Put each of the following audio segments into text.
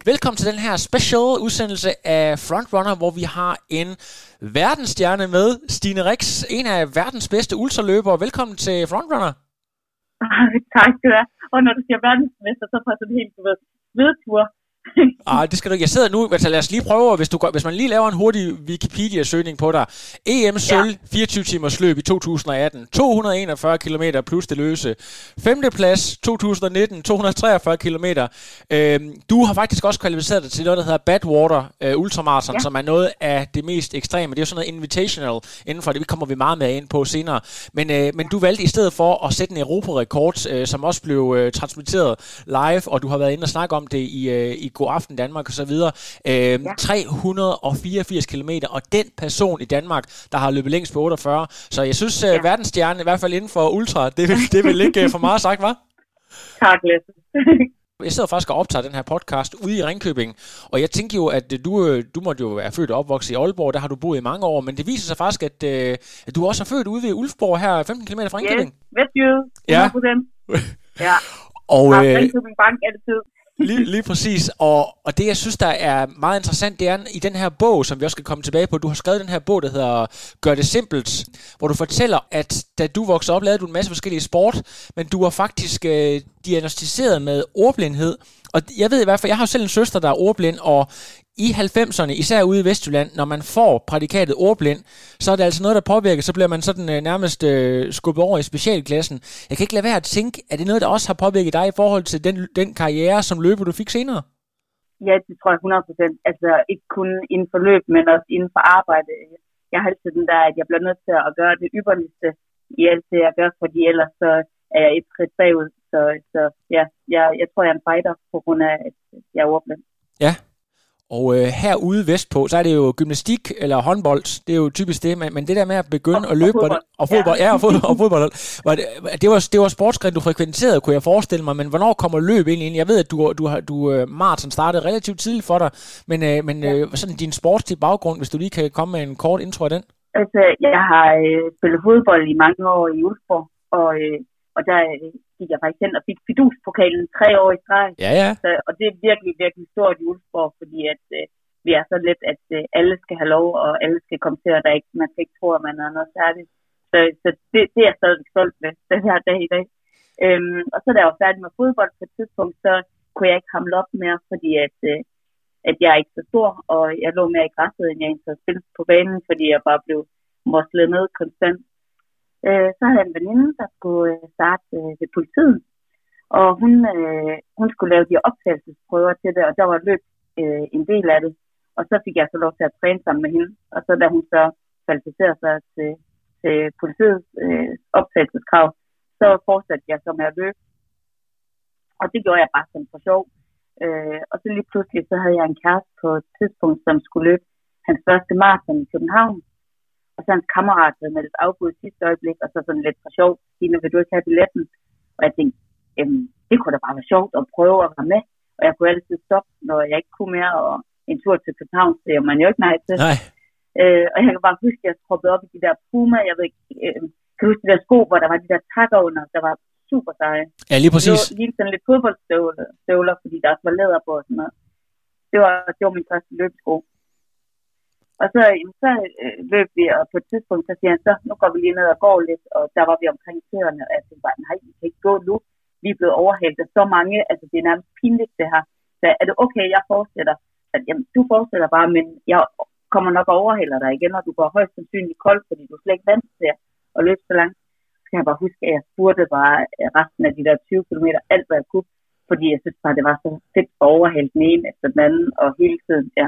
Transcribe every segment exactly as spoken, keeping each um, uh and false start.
Velkommen til den her special udsendelse af Frontrunner, hvor vi har en verdensstjerne med, Stine Rix, en af verdens bedste ultraløbere. Velkommen til Frontrunner. Tak skal du have. Og når du siger verdensmester, så får jeg sådan en helt, du ved, vedtur. Ah, det skal du ikke. Jeg sidder nu, altså lad os lige prøve, hvis, du, hvis man lige laver en hurtig Wikipedia-søgning på dig. E M sølv, ja. fireogtyve timers løb i to tusind atten, to hundrede og enogfyrre kilometer plus det løse. Femteplads to tusind nitten, to hundrede og treogfyrre kilometer. Øhm, du har faktisk også kvalificeret dig til noget, der hedder Badwater øh, Ultramarathon, ja. Som er noget af det mest ekstreme. Det er jo sådan noget invitational inden for det. Vi kommer vi meget med ind på senere. Men, øh, men du valgte i stedet for at sætte en Europarekord, øh, som også blev øh, transmitteret live, og du har været inde og snakke om det i, øh, i God Aften Danmark og så videre. Øh, ja. tre hundrede og fireogfirs kilometer, og den person i Danmark, der har løbet længst på otteogfyrre. Så jeg synes, ja. uh, verdensstjerne, i hvert fald inden for ultra, det vil, det vil ikke for meget sagt, hva'? Tak, Lasse. Jeg sidder faktisk og optager den her podcast ude i Ringkøbing, og jeg tænker jo, at du, du måtte jo være født og opvokset i Aalborg, der har du boet i mange år, men det viser sig faktisk, at, at du også er født ude ved Ulfborg her, femten kilometer fra Ringkøbing. Yes, Vestjyde. Ja. Ja. Og øh, Ringkøbing Bank altid. Lige, lige præcis, og, og det jeg synes, der er meget interessant, det er i den her bog, som vi også skal komme tilbage på. Du har skrevet den her bog, der hedder Gør det simpelt, hvor du fortæller, at da du voksede op, lavede du en masse forskellige sport, men du var faktisk øh, diagnosticeret med ordblindhed. Og jeg ved i hvert fald, jeg har jo selv en søster, der er ordblind, og i halvfemserne, især ude i Vestjylland, når man får prædikatet ordblind, så er det altså noget, der påvirker, så bliver man sådan øh, nærmest øh, skubbet over i specialklassen. Jeg kan ikke lade være at tænke, er det noget, der også har påvirket dig i forhold til den, den karriere som løber, du fik senere? Ja, det tror jeg hundrede procent. Altså ikke kun inden for løb, men også inden for arbejde. Jeg har altid den der, at jeg bliver nødt til at gøre det ypperligste i alt det, jeg gør, fordi ellers så er jeg et skridt bagud. Så, så ja, jeg, jeg tror, jeg er en fighter på grund af, at jeg er ordblind. Ja. Og øh, herude vestpå, så er det jo gymnastik eller håndbold. Det er jo typisk det, men, men det der med at begynde og, at løbe... Og fodbold. Og fodbold, ja, ja og, fodbold, og fodbold. Var det, det, var, det var sportsgren, du frekventerede, kunne jeg forestille mig. Men hvornår kommer løb ind? Jeg ved, at du, du, du, maraton startede relativt tidligt for dig. Men, øh, men øh, sådan din sportslige baggrund, hvis du lige kan komme med en kort intro af den? Altså, jeg har øh, spillet fodbold i mange år i Ulfborg, og... Øh, Og der gik jeg faktisk hen og fik fiduspokalen tre år i streg. Ja, ja. Så, og det er virkelig, virkelig stort i Ulfborg, fordi at, øh, vi er så let, at øh, alle skal have lov, og alle skal komme til, og der ikke, man skal ikke tro, at man er noget særligt. Så, så det, det er jeg stadig stolt ved, den her dag i dag. Øhm, og så da jeg var færdig med fodbold på et tidspunkt, så kunne jeg ikke hamle op mere, fordi at, øh, at jeg er ikke så stor, og jeg lå mere i græsset, end jeg egentlig havde spillet på banen, fordi jeg bare blev moslet ned konstant. Så havde jeg en veninde, der skulle starte ved politiet, og hun, øh, hun skulle lave de optagelsesprøver til det, og der var løb øh, en del af det, og så fik jeg så lov til at træne sammen med hende, og så da hun så kvalificerede sig til, til politiets øh, optagelseskrav, så fortsatte jeg så med at løbe, og det gjorde jeg bare som for sjov, øh, og så lige pludselig så havde jeg en kæreste på et tidspunkt, som skulle løbe hans første maraton i København. Og så hans kammerat havde meldt afbud i sidste øjeblik, og så sådan lidt for sjov, Stine, vil du ikke have billetten? Og jeg tænkte, jamen, det kunne da bare være sjovt at prøve at være med. Og jeg kunne altid stoppe, når jeg ikke kunne mere, og en tur til København, det er man jo ikke nej til. Nej. Øh, og jeg kan bare huske, at jeg troppede op i de der Puma, jeg ved ikke, øh, kan huske de der sko, hvor der var de der takker under, der var super seje. Ja, lige præcis. Det var lige sådan lidt fodboldstøvler, fordi der også var læder på og sådan noget. Det var, det var min første løbesko. Og så, så øh, løb vi, og på et tidspunkt, så siger han, så nu går vi lige ned og går lidt, og der var vi omkring køerne, og jeg tænkte bare, nej, vi kan ikke gå nu. Vi er blevet overhældt af så mange, altså det er nærmest pinligt det her. Så er det okay, jeg fortsætter? Så, jamen, du fortsætter bare, men jeg kommer nok og overhælder dig igen, og du går højst sandsynligt koldt, fordi du er slet ikke vant til at løbe så langt. Så kan jeg bare huske, at jeg spurgte bare resten af de der tyve kilometer, alt hvad jeg kunne, fordi jeg synes bare, det var så fedt at overhælde den ene efter den anden, og hele tiden, ja.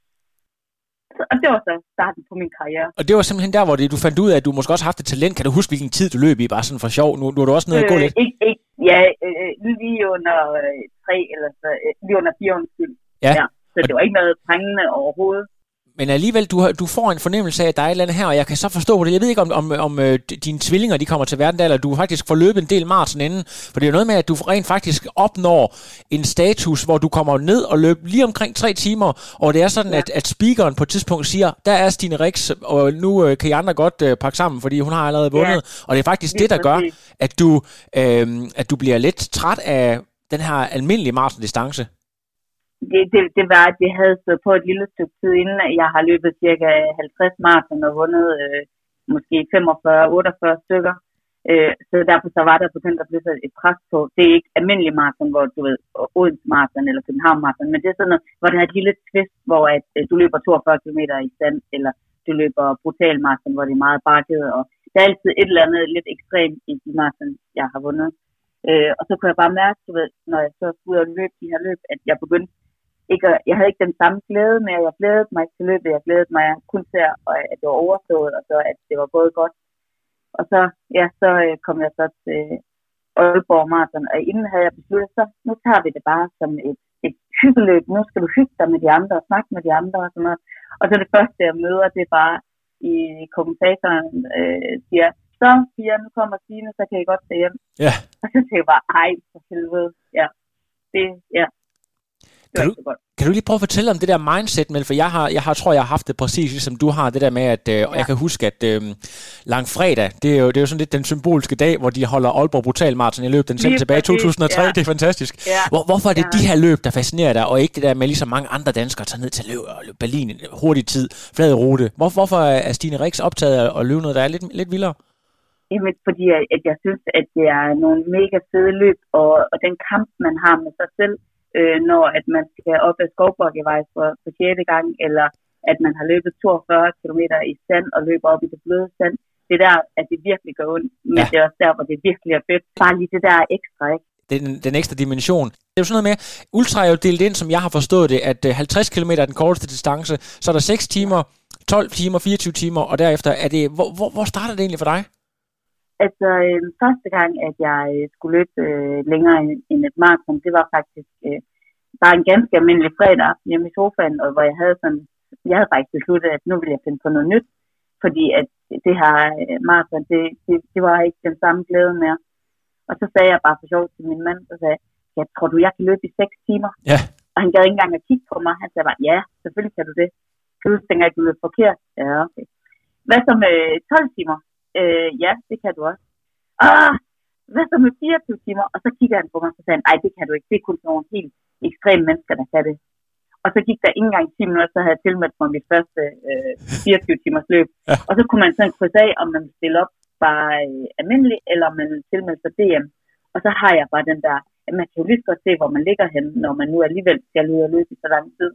Og det var så starten på min karriere. Og det var simpelthen der, hvor det, du fandt ud af, at du måske også har haft et talent. Kan du huske, hvilken tid du løb i? Bare sådan for sjov. Nu, nu er du også nede og gå lidt. Øh, ikke, ikke, ja, øh, lige under øh, tre, eller så, øh, lige under fire års skyld. Ja. Ja. Så det var ikke noget trængende overhovedet. Men alligevel, du, du får en fornemmelse af, at der er et eller andet her, og jeg kan så forstå på det. Jeg ved ikke, om, om, om øh, dine tvillinger de kommer til verden der, eller du faktisk får løbet en del maraton inden. For det er jo noget med, at du rent faktisk opnår en status, hvor du kommer ned og løber lige omkring tre timer, og det er sådan, ja. at, at speakeren på et tidspunkt siger, der er Stine Rix, og nu øh, kan I andre godt øh, pakke sammen, fordi hun har allerede vundet. Ja. Og det er faktisk lige det, der gør, at du, øh, at du bliver lidt træt af den her almindelige maratondistance. det, det, det var, at det havde stået på et lille stykke tid inden, at jeg har løbet cirka halvtreds maraton og vundet øh, måske femogfyrre otteogfyrre stykker. Øh, så derfor så var der begyndt at blive et pres på. Det er ikke almindelig maraton, hvor du ved, Odense maraton eller København maraton, men det er sådan noget, hvor der er et lille twist, hvor at, øh, du løber toogfyrre kilometer i sand, eller du løber brutal maraton, hvor det er meget bakket, og der er altid et eller andet lidt ekstremt i de maraton, jeg har vundet. Øh, og så kunne jeg bare mærke, du ved, når jeg så skulle ud og løbe de her løb, at jeg begyndte ikke at, jeg havde ikke den samme glæde med, at jeg glædede mig til løbet, jeg glædede mig kun til, at det var overstået, og så at det var gået godt. Og så, ja, så øh, kom jeg så til Aalborg Marathon, og inden havde jeg besluttet, så nu tager vi det bare som et, et hyggeløb. Nu skal du hygge dig med de andre og snakke med de andre og sådan noget. Og så det første, jeg møder, det er bare i kommentatoren øh, siger, så Pia, nu kommer Stine, så kan I godt tage hjem. Ja. Og så tænker jeg bare, ej, for helvede. Ja, det, ja. Kan du, kan du lige prøve at fortælle om det der mindset, men for jeg har, jeg har, tror, jeg har haft det præcis ligesom du har, det der med, at øh, ja. Jeg kan huske, at øh, langfredag, det er, jo, det er jo sådan lidt den symbolske dag, hvor de holder Aalborg Brutal Marathon. Jeg løb den selv tilbage i to tusind og tre, ja. Det er fantastisk. Ja. Hvor, hvorfor er det ja. De her løb, der fascinerer dig, og ikke det der med ligesom mange andre danskere tager ned til løb og løb Berlin, hurtig tid, flad rute. Hvor, hvorfor er Stine Rix optaget af at løbe noget, der er lidt, lidt vildere? Jamen, fordi at jeg synes, at det er nogle mega fede løb, og, og den kamp, man har med sig selv, øh, når at man skal op ad Skovbakkevej for, for sjette gang, eller at man har løbet toogfyrre kilometer i sand og løber op i det bløde sand. Det er der, at det virkelig går ondt, men ja. Det er også der, hvor det virkelig er fedt. Bare lige det der ekstra, ikke? Den, den ekstra dimension. Det er jo sådan noget med, ultra er jo delt ind, som jeg har forstået det, at halvtreds kilometer er den korteste distance, så er der seks timer, tolv timer, fireogtyve timer, og derefter er det, hvor, hvor, hvor starter det egentlig for dig? Altså, øh, første gang, at jeg skulle løbe øh, længere end et maraton, det var faktisk øh, bare en ganske almindelig fredag aften hjemme i sofaen, og hvor jeg havde sådan, jeg havde faktisk besluttet, at nu ville jeg finde på noget nyt, fordi at det her øh, maraton, det, det, det var ikke den samme glæde mere. Og så sagde jeg bare for sjov til min mand, og sagde, jeg tror du, jeg kan løbe i seks timer? Ja. Og han gad ikke engang at kigge på mig. Han sagde bare, ja, selvfølgelig kan du det. Kan du tænke, at du løber forkert? Ja, okay. Hvad så med tolv timer? Øh, ja, det kan du også. Ah, hvad så med fireogtyve timer? Og så kigger han på mig, og så sagde han, nej, det kan du ikke. Det er kun nogle helt ekstreme mennesker, der kan det. Og så gik der ikke engang ti minutter, så havde jeg tilmeldt mig mit første øh, fireogtyve timers løb. Ja. Og så kunne man sådan krydse af, om man ville stille op bare øh, almindelig, eller om man ville tilmelde sig D M. Og så har jeg bare den der, at man kan jo lige så godt se, hvor man ligger henne, når man nu alligevel skal ud og løbe i så lang tid.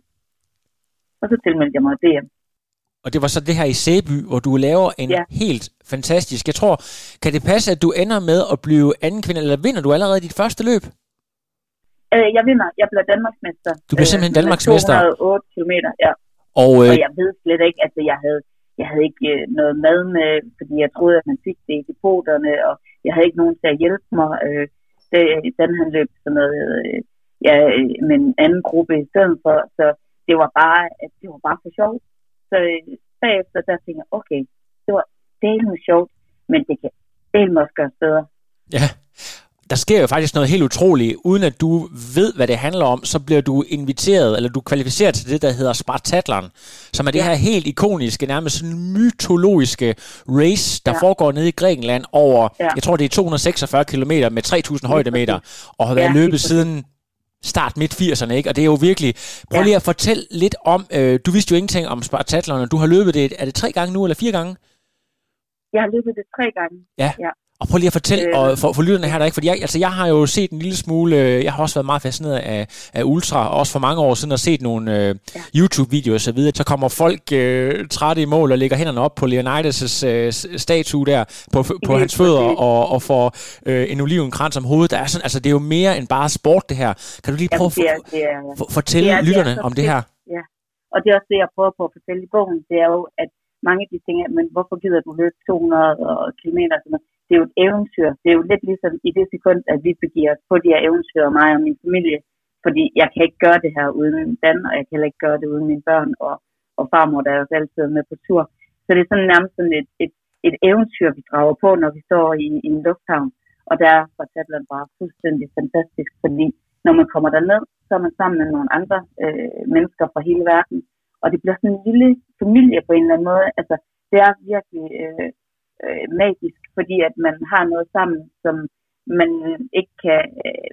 Og så tilmeldte jeg mig D M. Og det var så det her i Sæby, hvor du laver en ja. Helt fantastisk. Jeg tror, kan det passe, at du ender med at blive anden kvinde, eller vinder du allerede dit første løb? Øh, jeg vinder. Jeg bliver Danmarksmester. Du bliver simpelthen øh, Danmarksmester? to hundrede og otte kilometer, ja. Og, øh... og jeg ved slet ikke, at altså, jeg havde, jeg havde ikke øh, noget mad med, fordi jeg troede, at man fik det i depoterne, og jeg havde ikke nogen til at hjælpe mig. Øh, det, den han løb sådan noget, øh, ja, med en anden gruppe i stedet for, så det var bare, det var bare for sjov. Så bagefter, der tænkte jeg, okay, det var delvis sjovt, men det kan delvis også gøre bedre. Ja, der sker jo faktisk noget helt utroligt. Uden at du ved, hvad det handler om, så bliver du inviteret, eller du kvalificerer til det, der hedder Spartathlon, som er det ja. Her helt ikoniske, nærmest sådan mytologiske race, der ja. Foregår nede i Grækenland over, ja. Jeg tror det er to hundrede og seksogfyrre kilometer med tre tusind højdemeter, og har været ja, løbet siden start midt firserne, ikke? Og det er jo virkelig... Prøv lige at fortælle lidt om... Øh, du vidste jo ingenting om Spartathlon, og du har løbet det... Er det tre gange nu, eller fire gange? Jeg har løbet det tre gange. Ja. ja. Og prøv lige at fortælle, øh, og for, for lytterne her der ikke, fordi jeg, altså jeg har jo set en lille smule, jeg har også været meget fascineret af, af ultra, også for mange år siden, og set nogle øh, ja. YouTube-videoer og så videre. Så kommer folk øh, trætte i mål og lægger hænderne op på Leonidas' øh, statue der, på, på hans fødder, og, og får øh, en olivenkrans om hovedet. Der er sådan, altså det er jo mere end bare sport, det her. Kan du lige prøve at for, for, for, fortælle det er, lytterne det er, om det her? Ja, og det er også det, jeg prøver på at fortælle i bogen. Det er jo, at mange af de ting, men hvorfor gider du løbe to hundrede kilometer? Det er jo et eventyr. Det er jo lidt ligesom i det sekund, at vi begiver os på de her eventyr, mig og min familie. Fordi jeg kan ikke gøre det her uden Dan, og jeg kan heller ikke gøre det uden mine børn og, og farmor, der er også altid med på tur. Så det er sådan nærmest sådan et, et, et eventyr, vi drager på, når vi står i, i en lufthavn. Og der er Spartathlon bare fuldstændig fantastisk, fordi når man kommer derned, så er man sammen med nogle andre øh, mennesker fra hele verden. Og det bliver sådan en lille familie på en eller anden måde. Altså, det er virkelig øh, øh, magisk, fordi at man har noget sammen, som man ikke kan øh,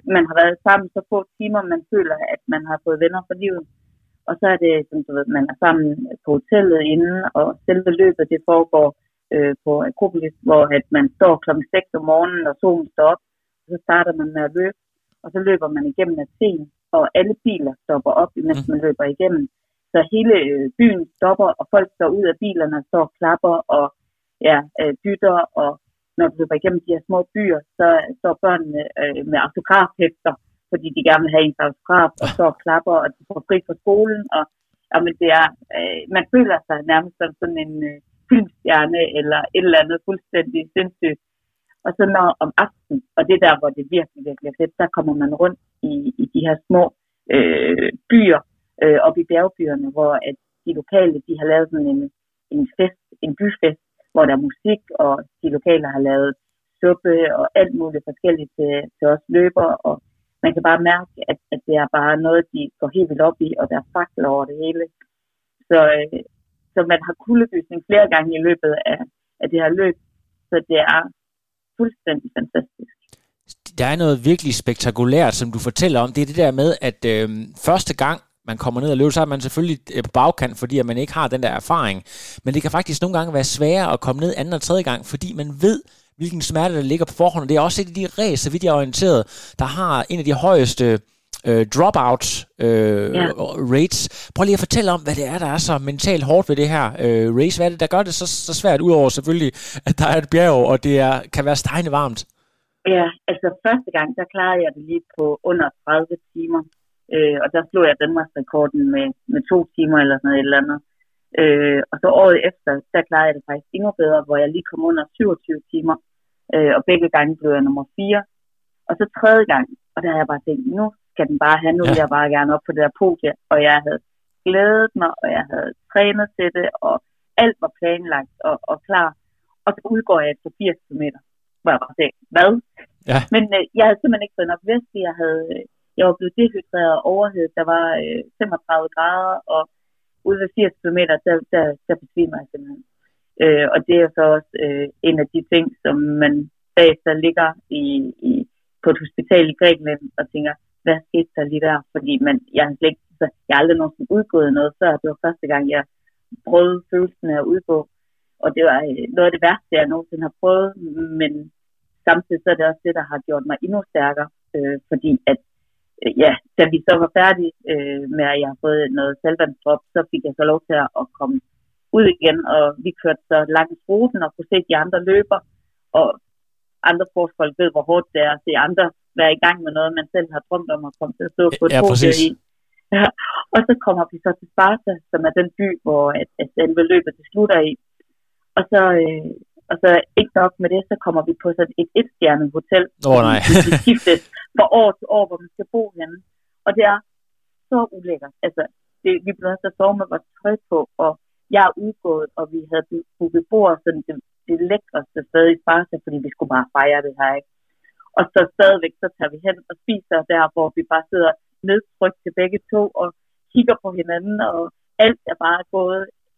man har været sammen så få timer, man føler, at man har fået venner for livet. Og så er det, som du ved, man er sammen på hotellet inden, og selve løbet, det foregår øh, på Akropolis, hvor at man står klokken seks om morgenen, og solen står op, og så starter man med at løbe, og så løber man igennem Athen, og alle biler stopper op, imens man løber igennem. Så hele øh, byen stopper, og folk står ud af bilerne, står og klapper, og ja, øh, dytter, og når du løber igennem de her små byer, så står børnene øh, med autografhæfter, fordi de gerne vil have en autograf, og står og klapper, og de får fri fra skolen, og jamen, det er, øh, man føler sig nærmest som sådan en øh, filmstjerne, eller et eller andet fuldstændig sindssygt. Og så når om aftenen, og det er der, hvor det virkelig, virkelig er fedt, der kommer man rundt i, i de her små øh, byer, øh, op i bjergbyerne, hvor at de lokale, de har lavet sådan en, en fest, en byfest, hvor der er musik, og de lokale har lavet suppe og alt muligt forskelligt til, til os løbere, og man kan bare mærke, at, at det er bare noget, de går helt vildt op i, og der er fakler over det hele. Så, øh, så man har kuldegysning flere gange i løbet af, af det her løb, så det er fuldstændig fantastisk. Der er noget virkelig spektakulært, som du fortæller om. Det er det der med, at øh, første gang, man kommer ned og løber, så er man selvfølgelig på bagkant, fordi at man ikke har den der erfaring. Men det kan faktisk nogle gange være sværere at komme ned anden og tredje gang, fordi man ved, hvilken smerte der ligger på forhånd. Det er også et af de race, så vidt jeg er orienteret, der har en af de højeste øh, dropout øh, ja. rates. Prøv lige at fortælle om, hvad det er, der er så mentalt hårdt ved det her øh, race. Hvad er det, der gør det så, så svært, udover selvfølgelig, at der er et bjerg, og det er, kan være stegende varmt? Ja, altså første gang, der klarede jeg det lige på under tredive timer. Øh, og der slog jeg Danmarksrekorden med, med to timer eller sådan noget et eller andet. Øh, og så året efter, der klarede jeg det faktisk endnu bedre, hvor jeg lige kom under syvogtyve timer. Øh, og begge gange blev jeg nummer fire. Og så tredje gang, og der havde jeg bare tænkt, nu skal den bare have, nu vil jeg bare gerne op på det der podie. Og jeg havde glædet mig, og jeg havde trænet til det, og alt var planlagt og, og klar. Og så udgår jeg efter firs kilometer, hvor jeg bare tænkte, hvad? Ja. Men øh, jeg havde simpelthen ikke fået nok væske, jeg havde... Jeg var blevet dehydreret og overhedet. Der var øh, femogtredive grader, og ude ved firs kilometer, der, der, der besvimer jeg simpelthen. Øh, og det er så også øh, en af de ting, som man bagefter ligger i, i, på et hospital i Grækenland og tænker, hvad skete der lige der? Fordi man, jeg, har slet, så, jeg har aldrig nogensinde udgået noget før. Det var første gang, jeg prøvede følelsen af at udgå. Og det var øh, noget af det værste, jeg nogensinde har prøvet. Men samtidig så er det også det, der har gjort mig endnu stærkere. Øh, fordi at ja, da vi så var færdige øh, med, at jeg har fået noget saltvandsdrop, så fik jeg så lov til at komme ud igen, og vi kørte så langs ruten og kunne se de andre løber, og andre sportsfolk ved, hvor hårdt det er at se andre være i gang med noget, man selv har drømt om at komme til at stå på et ja, podie i. Ja, og så kommer vi så til Sparta, som er den by, hvor at, at selve løbet det slutter i. Og så, øh, og så ikke nok med det, så kommer vi på sådan et et-stjernet hotel. Åh oh, nej. Det skiftes fra år til år, hvor man skal bo henne. Og det er så ulækkert. Altså, det, vi blev nødt til at sove med vores tøj på, og jeg er udgået, og vi havde booket bord sådan det, det lækreste sted i Sparta, fordi vi skulle bare fejre det her, ikke? Og så stadigvæk, så tager vi hen og spiser der, hvor vi bare sidder nedtrykt til begge to, og kigger på hinanden, og alt er bare gået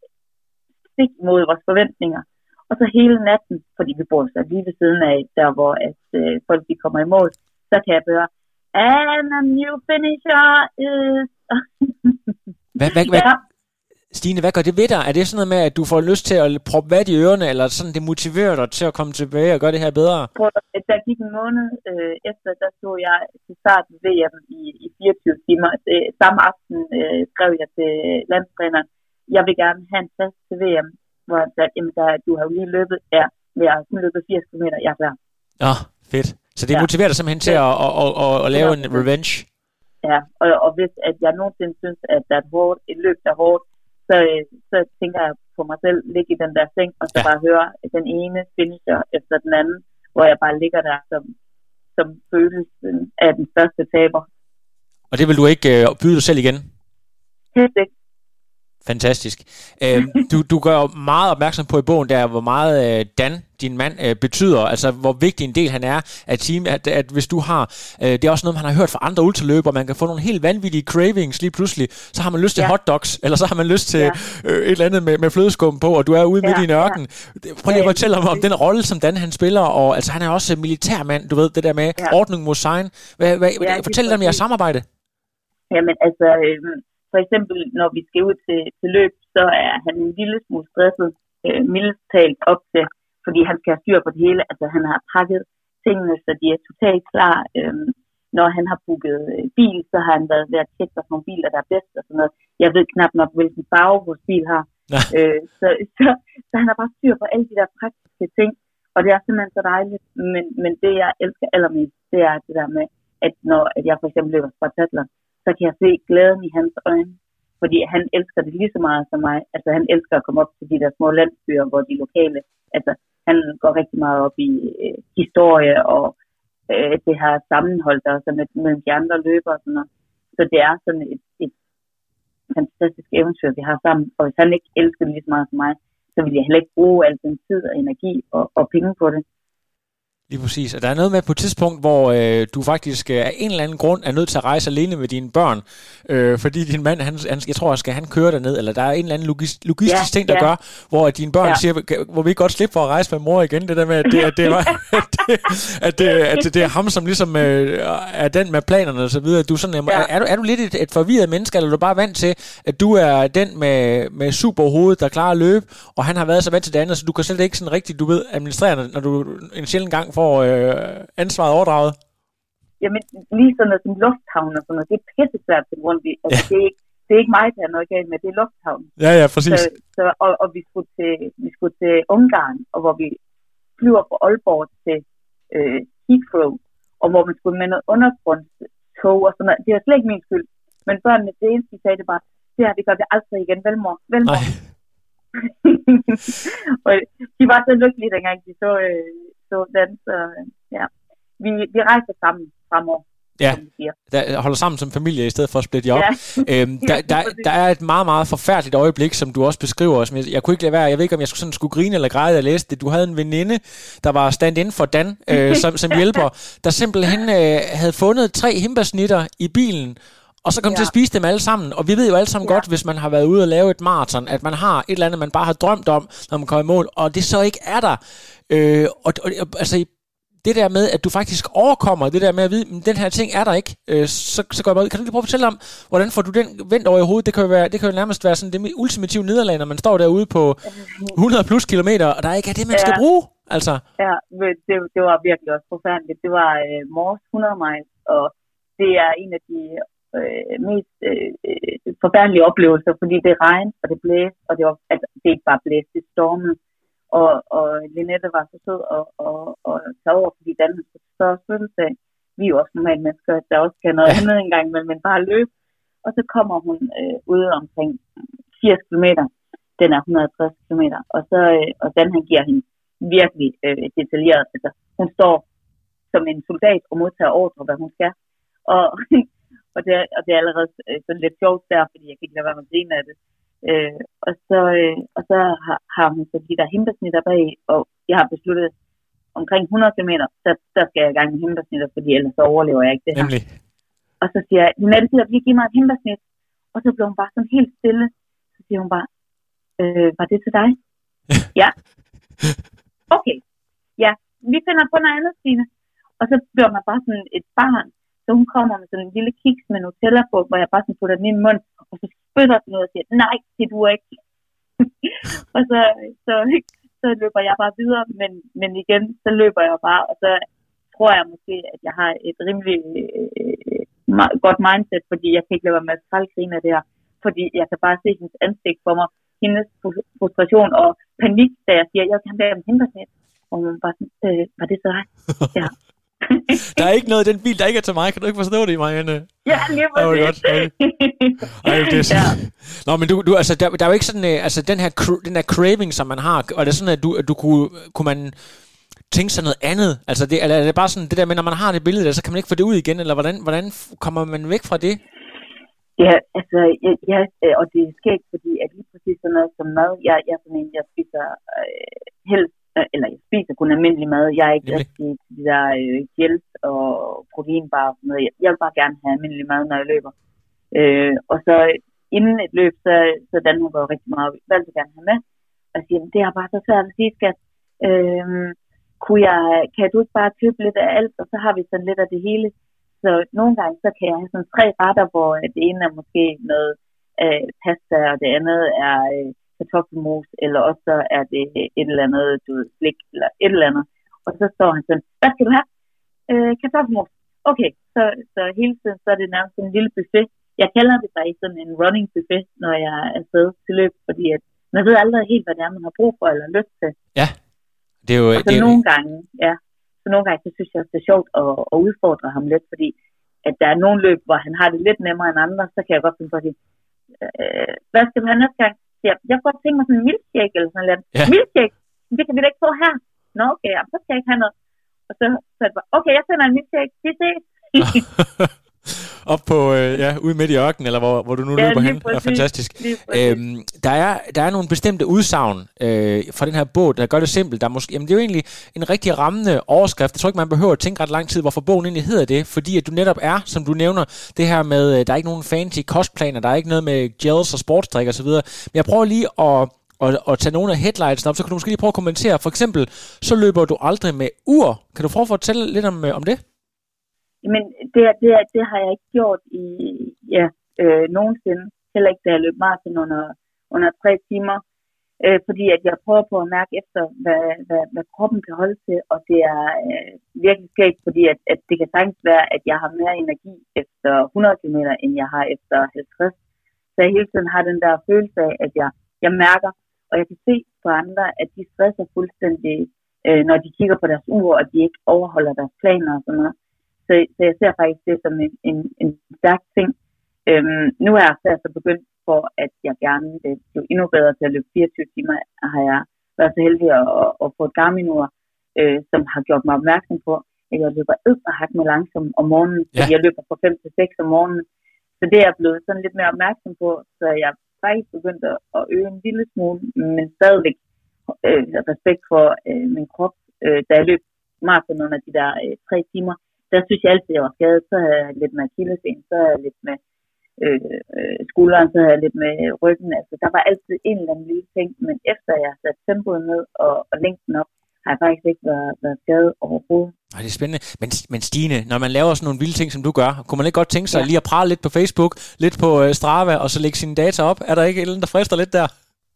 stik mod vores forventninger. Og så hele natten, fordi vi bor så lige ved siden af, der hvor at, øh, folk de kommer i mål, så kan jeg høre, and a new finisher is... hvad, hvad, hvad, ja. Stine, hvad gør det ved dig? Er det sådan noget med, at du får lyst til at proppe vat i ørerne, eller sådan det motiverer dig til at komme tilbage og gøre det her bedre? Der gik en måned øh, efter, der stod jeg til start ved V M i, i fireogtyve timer. Øh, samme aften øh, skrev jeg til landstræneren, jeg vil gerne have en plads til V M, hvor jeg sagde, jamen der, du har jo lige løbet, ja, jeg har kun løbet firs kilometer, jeg er klar. Åh, oh, fedt. Så det ja. motiverer dig simpelthen til at, at, at, at, at lave en revenge? Ja, og, og hvis at jeg nogensinde synes, at der er et, hårdt, et løb, der er hårdt, så, så tænker jeg på mig selv, ligge i den der seng, og så ja. bare høre den ene finisher efter den anden, hvor jeg bare ligger der som, som følelsen af den største taber. Og det vil du ikke øh, byde dig selv igen? Helt ikke. Fantastisk. Øh, du, du gør meget opmærksom på i bogen, der hvor meget øh, Dan, din mand, øh, betyder, altså hvor vigtig en del han er af teamet, at, at hvis du har, øh, det er også noget, man har hørt fra andre ultraløbere, man kan få nogle helt vanvittige cravings lige pludselig, så har man lyst til ja. hotdogs, eller så har man lyst til ja. øh, et eller andet med, med flødeskum på, og du er ude ja, midt i en ørken. Ja. Prøv lige at fortælle om, om den rolle, som Dan han spiller, og altså han er også militærmand, du ved, det der med ja. ordning mod sejren. Hvad, hvad, ja, fortæl dem om jeres samarbejde. Jamen altså, øh, for eksempel, når vi skal ud til, til løb, så er han en lille smule stresset, øh, mildest talt op til, fordi han skal have styr på det hele. Altså, han har pakket tingene, så de er totalt klar. Øh, når han har booket øh, bil, så har han været ved at tjekke, hvilke nogle biler, der er bedst og sådan noget. Jeg ved knap nok, hvilken farve vores bil har. øh, så, så, så han har bare styr på alle de der praktiske ting, og det er simpelthen så dejligt. Men, men det, jeg elsker allermest, det er det der med, at når at jeg for eksempel løber Spartathlon, så kan jeg se glæden i hans øjne, fordi han elsker det lige så meget som mig. Altså han elsker at komme op til de der små landsbyer, hvor de lokale, altså han går rigtig meget op i øh, historie og øh, det her sammenhold, der er med, mellem de andre løbere og sådan noget. Så det er sådan et, et fantastisk eventyr, vi har sammen. Og hvis han ikke elsker det lige så meget som mig, så vil jeg heller ikke bruge al den tid og energi og, og penge på det. Lige præcis. Og der er noget med på et tidspunkt, hvor øh, du faktisk øh, af en eller anden grund er nødt til at rejse alene med dine børn, øh, fordi din mand, han, han, jeg tror, skal han køre derned, eller der er en eller anden logis, logistisk ja, ting, der ja. gør, hvor dine børn ja. siger, hvor vi ikke godt slippe for at rejse med mor igen, det der med, at det, at det, var, at det, at det, at det, det er ham, som ligesom øh, er den med planerne og så videre. Du sådan, ja. er, er, du, er du lidt et, et forvirret menneske, eller er du bare vant til, at du er den med, med superhovedet, der klarer at løbe, og han har været så vant til det andet, så du kan slet ikke sådan rigtigt, du ved, administrere, når du en sjældent gang får øh, ansvaret overdraget? Jamen, lige sådan noget som lufthavn og sådan noget, det er pissesvært til rundt i. Altså, ja. det, er ikke, det er ikke mig, der er noget galt med, det er lufthavn. Ja, ja, præcis. Så, så, og, og vi, skulle til, vi skulle til Ungarn, og hvor vi flyver fra Aalborg til øh, Heathrow, og hvor man skulle med noget undergrundstog og sådan noget. Det er slet ikke min skyld. Men børnene, det eneste, de sagde det bare, det her, det gør vi aldrig igen. Velmor, velmor. Og de var så lykkelige, dengang de så... Øh, Så den, så, ja. vi, vi rejser sammen fremover. Ja, der holder sammen som familie i stedet for at splitte jer op. Ja. Øhm, der, der, der er et meget, meget forfærdeligt øjeblik, som du også beskriver. Som jeg, jeg kunne ikke lade være, jeg ved ikke, om jeg skulle, sådan, skulle grine eller græde, jeg læste det. Du havde en veninde, der var stand-in for Dan, øh, som, som hjælper, der simpelthen øh, havde fundet tre hindbærsnitter i bilen, og så kom ja. til at spise dem alle sammen. Og vi ved jo alle sammen ja. godt, hvis man har været ude og lave et maraton, at man har et eller andet, man bare har drømt om, når man kommer i mål, og det så ikke er der. Øh, og, og altså det der med, at du faktisk overkommer det der med at vide, at den her ting er der ikke, øh, så, så går jeg bare ud. Kan du lige prøve at fortælle om, hvordan får du den vendt over i hovedet? Det kan jo, være, det kan jo nærmest være sådan det ultimative nederlag, når man står derude på hundrede plus kilometer, og der ikke er det, man ja. skal bruge. Altså. Ja, det, det var virkelig også forfærdeligt. Det var øh, Mors hundrede miles, og det er en af de øh, mest øh, forfærdelige oplevelser, fordi det regn, og det blæste, og det var, altså, det ikke bare blæste, det stormede. Og, og Linette var så sød og, og, og tage over, fordi Danmark skulle større fødselsdag. Vi er jo også normalt mennesker, der også kan noget andet engang, men, men bare løbe. Og så kommer hun øh, ude omkring firs kilometer. Den er et hundrede og tres kilometer. Og, så, øh, og Dan, han giver hende virkelig øh, detaljeret. Altså, hun står som en soldat og modtager ordre, hvad hun skal. Og, og, det, og det er allerede øh, sådan lidt sjovt der, fordi jeg kan ikke lade være med at grine af det. Øh, og så, øh, og så har, har hun så de der hindbærsnitter bag, og jeg har besluttet omkring hundrede kilometer, så der skal jeg i gang med hindbærsnitter, fordi ellers så overlever jeg ikke det her. Nemlig. Og så siger jeg, Linette, gider du give mig et hindbærsnit? Og så blev hun bare sådan helt stille. Så siger hun bare, øh, var det til dig? Ja. Okay. Ja, vi finder på noget andet, Stine. Og så bliver man bare sådan et barn. Så hun kommer med sådan en lille kiks med Nutella på, hvor jeg bare sådan putter den i min mund, og så spytter den ud og siger, nej, det duer ikke. Og så, så, så løber jeg bare videre, men, men igen, så løber jeg bare, og så tror jeg måske, at jeg har et rimelig øh, godt mindset, fordi jeg kan ikke lade være med at skraldgrine af det her, fordi jeg kan bare se hendes ansigt for mig, hendes frustration og panik, da jeg siger, jeg kan være med hende sådan, og hun bare sådan, øh, var det så dig? Ja. Der er ikke noget i den bil, der ikke er til mig. Kan du ikke forstå det, Marianne? Ja, lige på det. Godt. Ej, det er sådan. Ja. Nå, men du, du altså, der, der er jo ikke sådan, altså, den her, den her craving, som man har, og det er sådan, at du, at du kunne, kunne man tænke sig noget andet? Altså, det, eller er det bare sådan, det der med, når man har det billede der, så kan man ikke få det ud igen, eller hvordan, hvordan kommer man væk fra det? Ja, altså, jeg, jeg, og det er skægt, fordi at lige præcis sådan noget som mad, jeg, jeg er sådan en, jeg spiser øh, helst, øh, eller jeg spiser kun almindelig mad. Jeg er ikke Nemlig. rigtig til de der øh, gels og proteinbar og sådan noget. Jeg, jeg vil bare gerne have almindelig mad, når jeg løber. Øh, og så inden et løb, så, så Danmark går rigtig meget, valgte jeg gerne have med. Og siger, det er bare så svært at sige, skat. Øh, kunne jeg, kan du ikke bare købe lidt af alt, og så har vi sådan lidt af det hele. Så nogle gange, så kan jeg have sådan tre retter, hvor det ene er måske noget øh, pasta, og det andet er øh, kartoffelmos, eller også så er det et eller andet, du ved, slik, eller et eller andet. Og så står han sådan, hvad skal du have? Øh, kartoffelmos. Okay, så, så hele tiden, så er det nærmest en lille buffet. Jeg kalder det faktisk sådan en running buffet, når jeg er afsted til løb, fordi at man ved aldrig helt, hvad det er, man har brug for eller lyst til. Ja, det er jo... Og så det er nogle jo... gange, ja, så nogle gange, så synes jeg, det er sjovt at, at udfordre ham lidt, fordi at der er nogle løb, hvor han har det lidt nemmere end andre, så kan jeg godt finde på at sige, øh, hvad skal du have næste gang? Ja, jeg kunne godt tænke mig sådan en milkshake eller sådan noget. Ja. Milkshake? Det kan vi da ikke få her. Nå, okay, jamen, så skal jeg ikke have noget. Og så, så er det bare, okay, jeg sender en milkshake. Vi ses. Op på, øh, ja, ude midt i ørkenen, eller hvor, hvor du nu Ja, løber lige hen. Det er præcis, fantastisk. lige præcis. Øhm, der, er, der er nogle bestemte udsagn øh, fra den her bog, der gør det simpelt. Der er måske, jamen, det er jo egentlig en rigtig rammende overskrift. Jeg tror ikke, man behøver at tænke ret lang tid, hvorfor bogen egentlig hedder det. Fordi at du netop er, som du nævner, det her med, øh, der er ikke nogen fancy kostplaner, der er ikke noget med gels og sportsdrik og så videre. Men jeg prøver lige at, at, at tage nogle af headlights op, så kan du måske lige prøve at kommentere. For eksempel, så løber du aldrig med ur. Kan du prøve at fortælle lidt om, om det? Men det, det, det har jeg ikke gjort i ja, øh, nogensinde. Heller ikke, da jeg løb maraton under, under tre timer. Øh, fordi at jeg prøver på at mærke efter, hvad, hvad, hvad kroppen kan holde til. Og det er øh, virkelig skægt, fordi at, at det kan sagtens være, at jeg har mere energi efter hundrede kilometer, end jeg har efter halvtreds. Så jeg hele tiden har den der følelse af, at jeg, jeg mærker, og jeg kan se på andre, at de stresser fuldstændig, øh, når de kigger på deres ur, og de ikke overholder deres planer og sådan noget. Så, så jeg ser faktisk det som en, en, en stærk ting. Øhm, nu er jeg så begyndt for, at jeg gerne vil blive endnu bedre til at løbe fireogtyve timer, har jeg været så heldig at, at, at få et Garmin-ur, øh, som har gjort mig opmærksom på, at jeg løber edderhak med langsomt om morgenen, ja. Fordi jeg løber fra fem til seks om morgenen. Så det er jeg blevet sådan lidt mere opmærksom på, så jeg faktisk begyndt at, at øge en lille smule, men stadigvæk øh, respekt for øh, min krop. Øh, da jeg løb maraton under de der øh, tre timer, der synes jeg altid, at jeg var skadet. Så havde jeg lidt med akillescenen, så havde jeg lidt med øh, øh, skulderen, så havde jeg lidt med ryggen. Altså, der var altid en eller anden lille ting, men efter jeg har sat tempoet ned og, og længden op, har jeg faktisk ikke været, været skadet overhovedet. Ej, det er spændende. Men, men Stine, når man laver sådan nogle vilde ting, som du gør, kunne man ikke godt tænke sig ja. lige at prale lidt på Facebook, lidt på uh, Strava, og så lægge sine data op? Er der ikke et eller andet, der frister lidt der?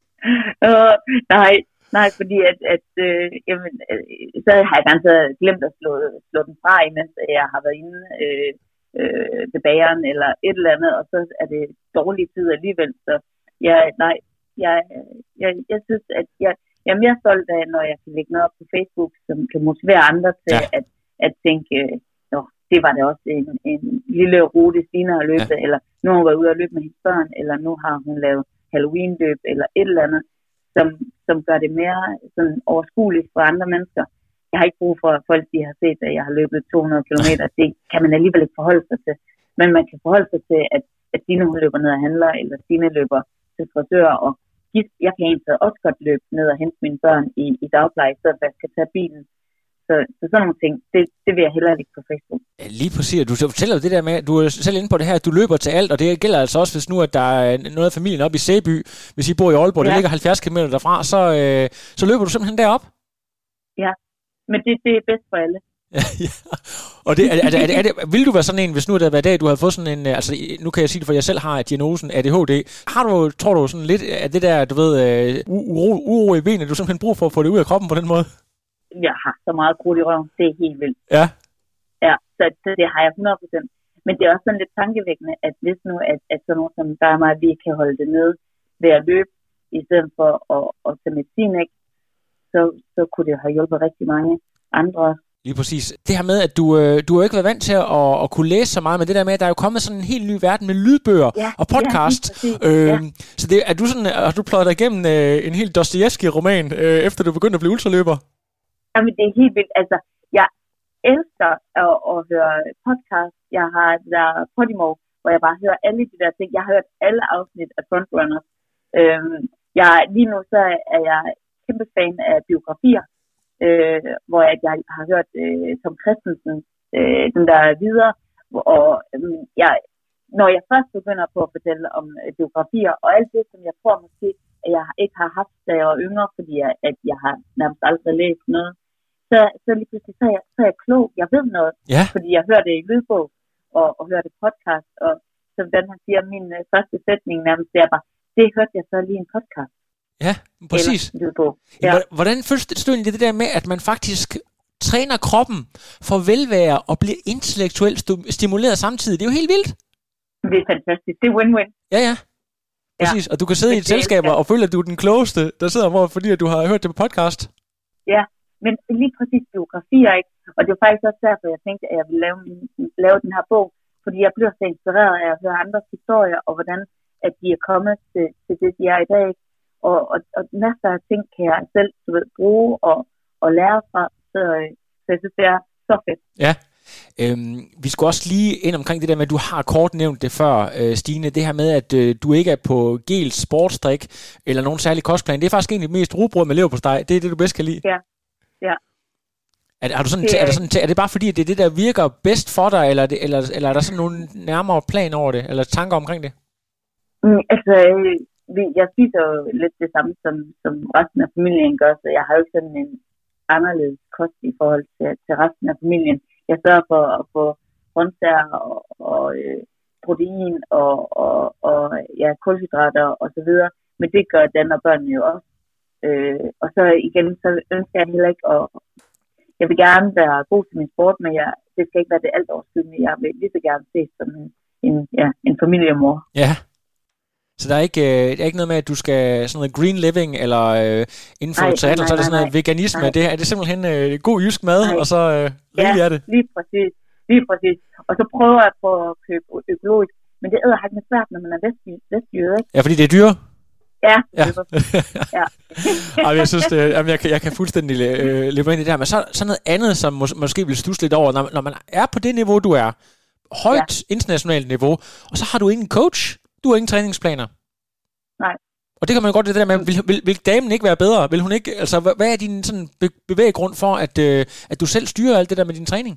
Uh, nej, nej, fordi at, at øh, jamen, øh, så har jeg ganske glemt at slå, slå den fra, imens jeg har været inde øh, øh, ved bageren eller et eller andet, og så er det dårlig tid alligevel. Så jeg, nej, jeg, jeg, jeg synes, at jeg, jeg er mere stolt af, når jeg kan lægge noget op på Facebook, som kan motivere andre til ja. at, at tænke, nå, det var da også en, en lille rute, Stine har løbet, ja. Eller nu har hun været ude og løbe med hendes børn, eller nu har hun lavet Halloween-løb, eller et eller andet, som, som gør det mere sådan overskueligt for andre mennesker. Jeg har ikke brug for, at folk de har set, at jeg har løbet to hundrede kilometer. Det kan man alligevel ikke forholde sig til. Men man kan forholde sig til, at, at Stine hun løber ned og handler, eller Stine løber til frisør, og jeg kan egentlig også godt løbe ned og hente mine børn i, i dagpleje, så jeg skal tage bilen. Så, så sådan nogle ting, det, det vil jeg hellere lægge på Facebook. Ja, lige præcis. Du fortæller jo det der med, du er selv inde på det her, at du løber til alt, og det gælder altså også, hvis nu at der er noget af familien oppe i Sæby, hvis I bor i Aalborg, ja. Det ligger halvfjerds kilometer derfra, så, øh, så løber du simpelthen derop? Ja, men det, det er bedst for alle. Ja, ja. Og det, er, er, er, er det, vil du være sådan en, hvis nu der var dag, du havde fået sådan en, altså nu kan jeg sige det, for jeg selv har diagnosen A D H D. Har du, tror du sådan lidt af det der, du ved, uro, uro i benet, du simpelthen brug for at få det ud af kroppen på den måde? Jeg har så meget krudt i røven, det er helt vildt. Ja. Ja, så, så det har jeg hundrede procent. Men det er også sådan lidt tankevækkende, at hvis nu, at, at sådan noget som der er mig, at vi kan holde det nede ved at løbe, i stedet for at, at tage medicin, ikke? Så, så kunne det have hjulpet rigtig mange andre. Lige præcis. Det her med, at du, øh, du har ikke været vant til at, at kunne læse så meget, men det der med, at der er jo kommet sådan en helt ny verden med lydbøger ja, og podcast. Ja, øh, ja. Så det, er du sådan, har du pløjet dig igennem øh, en helt Dostojevskij-roman, øh, efter du begyndte at blive ultraløber? Jamen, det er helt vildt. Altså, jeg elsker at, at høre podcast. Jeg har der Podimo, hvor hvor jeg bare hører alle de der ting. Jeg har hørt alle afsnit af Frontrunners. Øhm, jeg, lige nu så er jeg kæmpe fan af biografier, øh, hvor jeg, jeg har hørt øh, Tom Christensen, øh, den der videre, og øh, jeg, når jeg først begynder på at fortælle om øh, biografier, og alt det, som jeg tror måske, at jeg ikke har haft, da jeg var yngre, fordi jeg, at jeg har nærmest aldrig læst noget, så, så lige pludselig så er, jeg, så er jeg klog. Jeg ved noget, ja. Fordi jeg hører det i lydbog, og, og hører det podcast, og som den han siger, min øh, første sætning nærmest, det er bare, det hørte jeg så lige i en podcast. Ja, præcis. Ja. Hvordan føles det egentlig det der med, at man faktisk træner kroppen for velvære og bliver intellektuelt stimuleret samtidig? Det er jo helt vildt. Det er fantastisk. Det er win-win. Ja, ja. Præcis. Ja. Og du kan sidde men i et selskab og føle, at du er den klogeste, der sidder over, fordi at du har hørt det på podcast. Ja, men lige præcis biografier, ikke? Og det er faktisk også derfor, jeg tænkte, at jeg ville lave, lave den her bog, fordi jeg bliver så inspireret af at høre andres historier, og hvordan at de er kommet til, til det, de er i dag. Og, og, og masser af ting kan jeg selv du ved, bruge og, og lære fra, så, så jeg synes, det er så fedt. Ja, øhm, vi skulle også lige ind omkring det der med, at du har kort nævnt det før, øh, Stine, det her med, at øh, du ikke er på Gels sportsdrik eller nogen særlig kostplan. Det er faktisk egentlig mest rugbrød med leverpostej. Det er det, du bedst kan lide. Ja, ja. Er, har du sådan, det er, er, det sådan, er det bare fordi, at det er det, der virker bedst for dig, eller, det, eller, eller er der sådan nogle nærmere plan over det, eller tanker omkring det? Mm, altså, jeg spiser jo lidt det samme, som, som resten af familien gør, så jeg har jo ikke sådan en anderledes kost i forhold til, til resten af familien. Jeg sørger for at få grøntsager og, og øh, protein og, og, og ja, kulhydrater og så videre, men det gør den og børnene jo også. Øh, og så igen, så ønsker jeg heller ikke at... Jeg vil gerne være god til min sport, men jeg, det skal ikke være det alt overskydende. Jeg vil lige så gerne ses som en, en, ja, en familiemor. Ja. Så der er, ikke, øh, der er ikke noget med, at du skal sådan noget green living, eller øh, inden for teater, så er det sådan noget veganisme. Det er, er det simpelthen øh, god jysk mad, nej. Og så øh, ja, er det. lige præcis. Lige præcis. Og så prøver jeg på at købe økologisk, men det er ikke svært, når man er vestjyde, ikke? Ja, fordi det er dyre. Ja, ja. ja. Ej, jeg synes, det, jamen, jeg, kan, jeg kan fuldstændig øh, leve ind i det her, men så, så noget andet, som mås, måske vil stusse lidt over, når, når man er på det niveau, du er, højt ja. Internationalt niveau, og så har du ingen coach, du har ingen træningsplaner. Nej. Og det kan man godt det der med, vil, vil, vil damen ikke være bedre? Vil hun ikke, altså, hvad, hvad er din sådan bevæggrund for, at, øh, at du selv styrer alt det der med din træning?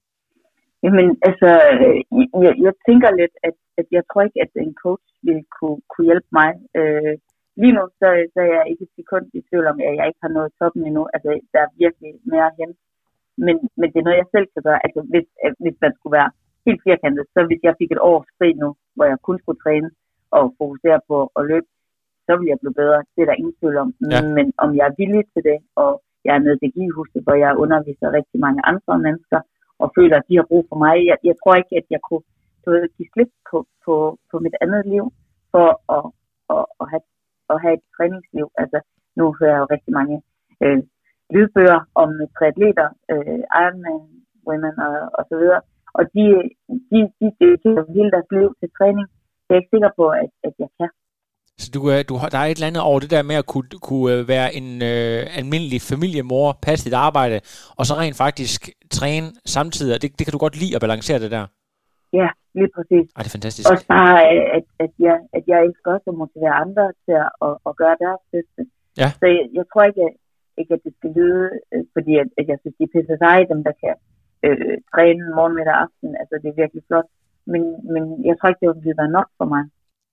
Jamen, altså, jeg, jeg tænker lidt, at, at jeg tror ikke, at en coach vil kunne, kunne hjælpe mig. Øh, lige nu, så, så er jeg ikke et sekund i tvivl om, at jeg ikke har nået toppen endnu. Altså, der er virkelig mere hen. Men, men det er noget, jeg selv kan gøre. Altså, hvis, hvis man skulle være helt firkantet, så hvis jeg fik et års fri nu, hvor jeg kun skulle træne og fokusere på at løbe, så vil jeg blive bedre. Det er der ingen tvivl om. Ja. Men om jeg er villig til det, og jeg er nede til Givehuset, hvor jeg underviser rigtig mange andre mennesker, og føler, at de har brug for mig. Jeg, jeg tror ikke, at jeg kunne give slip på, på, på mit andet liv, for at, at, at, have, at have et træningsliv. Altså, nu hører jeg jo rigtig mange øh, lydbøger om triatleter, øh, Ironman, women og, og så videre. Og de, de, de dedikerer hele deres liv til træning. Det er jeg ikke sikker på, at, at jeg kan. Så du, du, der er et eller andet over det der med at kunne, kunne være en øh, almindelig familiemor, passe dit arbejde, og så rent faktisk træne samtidig. Det, det kan du godt lide at balancere det der? Ja, lige præcis. Ej, det er fantastisk. Og bare, at, at, jeg, at jeg elsker også at motivere andre til at, at, at gøre deres bedste. Ja. Så jeg, jeg tror ikke, ikke, at det skal lyde, fordi at, at jeg synes, de er pisse seje, dem der kan øh, træne morgen, middag og aften. Altså, det er virkelig flot. Men, men jeg tror ikke, det vil være nok for mig.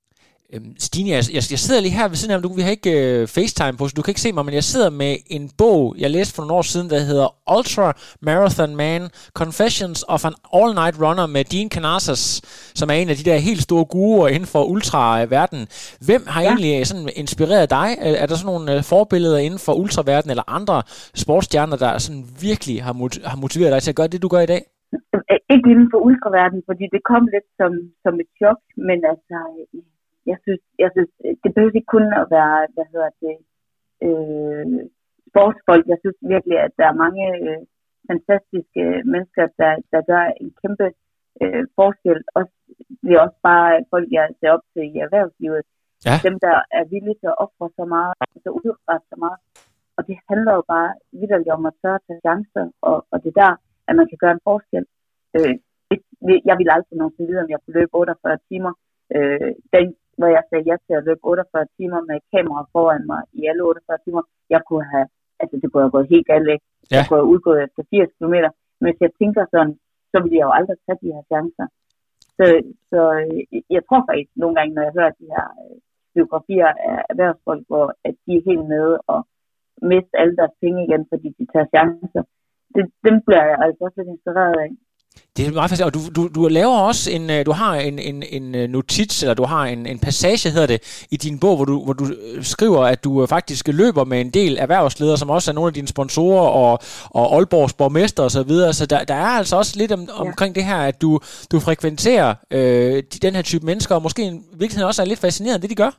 Stine, jeg, jeg sidder lige her ved siden af, du, vi har ikke uh, FaceTime på, så du kan ikke se mig, men jeg sidder med en bog, jeg læste for nogle år siden, der hedder Ultra Marathon Man, Confessions of an All-Night Runner med Dean Karnazes, som er en af de der helt store guruer inden for ultra-verden. Hvem har ja. egentlig sådan inspireret dig? Er der sådan nogle uh, forbilleder inden for ultraverden eller andre sportsstjerner, der sådan virkelig har, mot- har motiveret dig til at gøre det, du gør i dag? Ikke inden for ultraverden, fordi det kom lidt som, som et chok, men altså... Jeg synes, jeg synes, det behøver ikke kun at være, hvad hedder det, øh, sportsfolk. Jeg synes virkelig, at der er mange øh, fantastiske mennesker, der, der gør en kæmpe øh, forskel. Også, det er også bare folk, jeg ser op til i erhvervslivet. Ja. Dem, der er villige til at ofre så meget, og så udrette så meget. Og det handler jo bare vitterligt om at tørre at tage chancer, og, og det er der, at man kan gøre en forskel. Øh, hvis, jeg ville aldrig nogensinde vide, om jeg kunne løbe otteogfyrre timer. Øh, den, hvor jeg sagde ja til at løbe otteogfyrre timer med kamera foran mig i alle otteogfyrre timer, jeg kunne have, altså det kunne have gået helt galt væk. Ja. Jeg kunne have udgået efter firs kilometer. Men hvis jeg tænker sådan, så ville jeg jo aldrig tage de her chancer. Så, så jeg tror faktisk nogle gange, når jeg hører de her biografier af erhvervsfolk, hvor at de er helt nede og mister alle deres penge igen, fordi de tager chancer. Det, dem bliver jeg altså også lidt inspireret af. Det er meget fascinerende. Og du, du, du laver også en, du har en, en, en notits, eller du har en, en passage, hedder det, i din bog, hvor du, hvor du skriver, at du faktisk løber med en del erhvervsledere, som også er nogle af dine sponsorer, og, og Aalborgs borgmester og så videre. Så der, der er altså også lidt om, omkring ja. det her, at du, du frekventerer øh, den her type mennesker, og måske i virkeligheden også er lidt fascineret af det, de gør.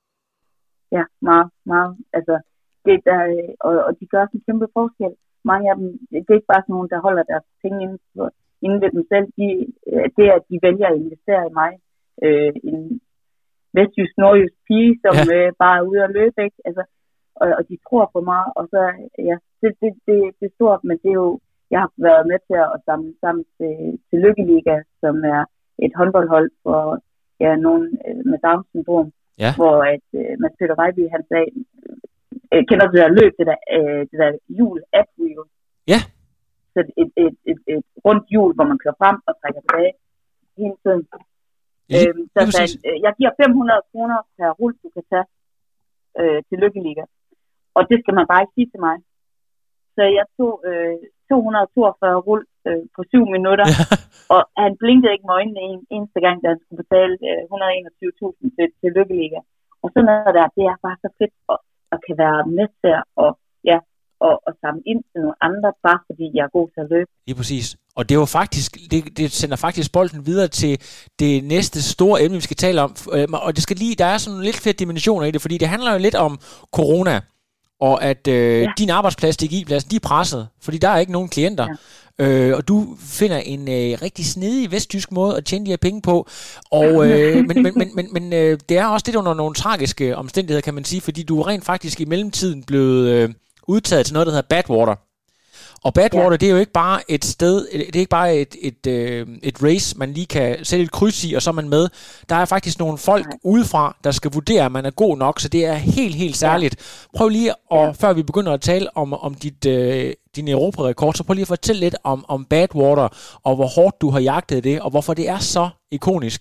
Ja, meget, meget. Altså, det der, og, og de gør også en kæmpe forskel. Mange af dem, det er ikke bare sådan nogen, der holder deres penge inden for inden ved dem selv, de, det at de vælger at investere i mig, øh, en vestjysk, nordjysk pige, som ja. øh, bare er ude at løbe, ikke? Altså, og, og de tror på mig, og så, ja, det, det, det, det er stort, men det er jo, jeg har været med til at samle sammen til, til Lykkeliga, som er et håndboldhold for, ja, nogen øh, med Down-syndrom, ja. hvor at, øh, Mads Peter Vejby, han sagde, øh, kender det der løb, det der, øh, det der hjul, at-wheel. Ja. Et, et, et, et, et rundt hjul, hvor man kører frem og trækker tilbage hele tiden. Ja, øhm, så sagde, jeg giver fem hundrede kroner per rull, du kan tage øh, til Lykkeliga. Og det skal man bare ikke sige til mig. Så jeg tog øh, to hundrede og toogfyrre rull øh, på syv minutter, og han blinkede ikke med øjnene en eneste gang, da han skulle betale øh, et hundrede og enogtyve tusind til, til Lykkeliga. Og sådan noget der, det er bare så fedt at, at kan være med til at, ja, Og, og samle ind til nogle andre, bare fordi jeg er god til at løbe. Lige præcis. Og det er jo faktisk, det, det sender faktisk bolden videre til det næste store emne, vi skal tale om. Og det skal lige, der er sådan lidt flere dimensioner i det, fordi det handler jo lidt om corona, og at øh, ja. din arbejdsplads, D G I-pladsen, de er presset, fordi der er ikke nogen klienter. Ja. Øh, og du finder en øh, rigtig snedig vestjysk måde at tjene de her penge på. Og, øh, men men, men, men, men øh, det er også lidt under nogle tragiske omstændigheder, kan man sige, fordi du er rent faktisk i mellemtiden blevet Øh, udtaget til noget, der hedder Badwater. Og Badwater, ja. det er jo ikke bare et sted, det er ikke bare et, et, et, et race, man lige kan sætte et kryds i, og så er man med. Der er faktisk nogle folk Nej. udefra, der skal vurdere, at man er god nok, så det er helt, helt særligt. Ja. Prøv lige, at, ja. før vi begynder at tale om, om dit, uh, din Europa-rekord, så prøv lige at fortælle lidt om, om Badwater, og hvor hårdt du har jagtet det, og hvorfor det er så ikonisk.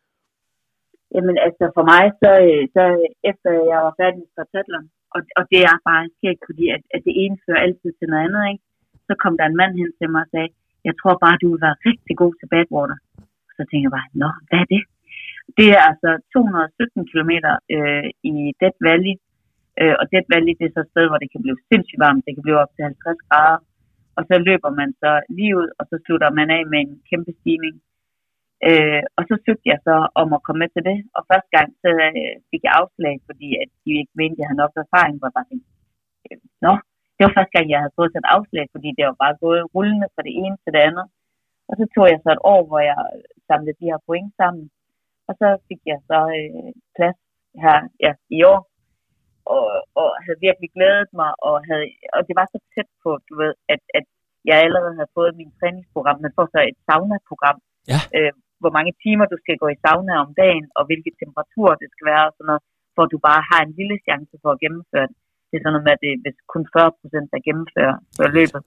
Jamen altså, for mig, så, så efter jeg var færdig med triathlon, Og, og det er bare skægt, fordi at, at det ene fører altid til noget andet, ikke? Så kom der en mand hen til mig og sagde, jeg tror bare, du vil være rigtig god til Badwater. Så tænkte jeg bare, nå, hvad er det? Det er altså to hundrede og sytten kilometer øh, i Death Valley. Øh, og Death Valley, det er så et sted, hvor det kan blive sindssygt varmt. Det kan blive op til halvtreds grader. Og så løber man så lige ud, og så slutter man af med en kæmpe stigning. Øh, og så søgte jeg så om at komme med til det, og første gang så øh, fik jeg afslag, fordi at de ikke mente, at jeg havde nok erfaring, hvor jeg bare tænkte, øh, nå, det var første gang, jeg havde fået sådan et afslag, fordi det var bare gået rullende fra det ene til det andet. Og så tog jeg så et år, hvor jeg samlede de her point sammen, og så fik jeg så øh, plads her ja, i år, og, og havde virkelig glædet mig, og, havde, og det var så tæt på, du ved, at, at jeg allerede havde fået min træningsprogram, men får så et sauna-program, ja. øh, hvor mange timer du skal gå i sauna om dagen, og hvilke temperaturer det skal være, og sådan noget, hvor du bare har en lille chance for at gennemføre det. Det er sådan noget med, at det er hvis kun fyrre procent, der gennemfører for løbet.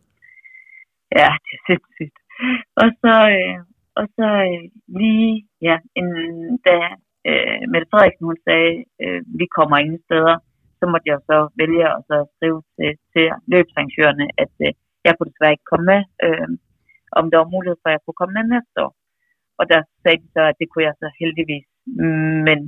Ja, det er sindssygt. Og så, øh, og så øh, lige, ja, en, da øh, Mette Frederiksen, hun sagde, øh, vi kommer ingen steder, så måtte jeg så vælge at så skrive til, til løbsarrangørerne, at øh, jeg kunne desværre ikke komme med, øh, om der var mulighed for, at jeg kunne komme med næste år. Og der sagde de så, at det kunne jeg så heldigvis. Men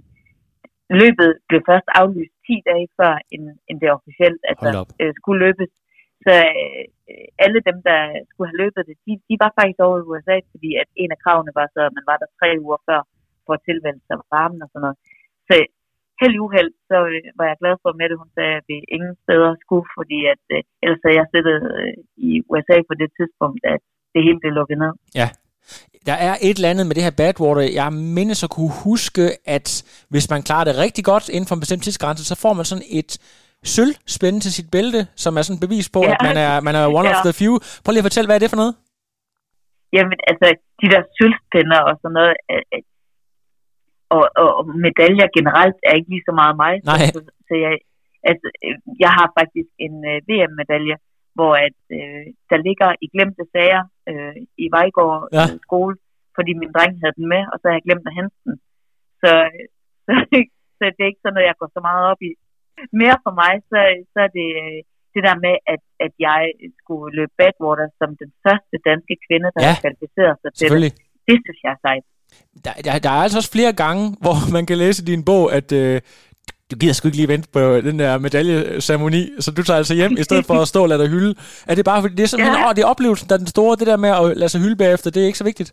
løbet blev først aflyst ti dage før, end, end det officielt altså, øh, skulle løbes. Så øh, alle dem, der skulle have løbet det, de, de var faktisk over i U S A, fordi at en af kravene var så, at man var der tre uger før for at tilvælge sig varmen og sådan noget. Så held i uheld, så øh, var jeg glad for, at Mette, hun sagde, at vi ingen steder skulle, fordi at, øh, ellers havde jeg siddet øh, i U S A på det tidspunkt, at det hele blev lukket ned. Ja. Der er et eller andet med det her Badwater. Jeg mindes at kunne huske, at hvis man klarer det rigtig godt inden for en bestemt tidsgrænse, så får man sådan et sølvspænde til sit bælte, som er sådan et bevis på, ja. at man er, man er one ja. of the few. Prøv lige at fortælle, hvad er det for noget? jamen, altså, de der sølvspinder og sådan noget, øh, og, og, og medaljer generelt er ikke lige så meget mig. Nej. Så, så jeg, altså, jeg har faktisk en øh, V M-medalje, hvor at, øh, der ligger i glemte sager øh, i Vejgaard ja. øh, skole, fordi min dreng havde den med, og så har jeg glemt at hente den. Så, så, så det er ikke sådan, at jeg går så meget op i. Mere for mig, så, så er det det der med, at, at jeg skulle løbe Badwater som den første danske kvinde, der ja. har kvalificeret sig til det. Det synes jeg er sejt. Der, der, der er altså også flere gange, hvor man kan læse i din bog, at øh, du gider sgu ikke lige vente på den der medaljeceremoni, så du tager altså hjem, i stedet for at stå og lade dig hylde. Er det bare fordi, det er simpelthen, ja. åh, det er oplevelsen, der er den store, det der med at lade sig hylde bagefter, det er ikke så vigtigt?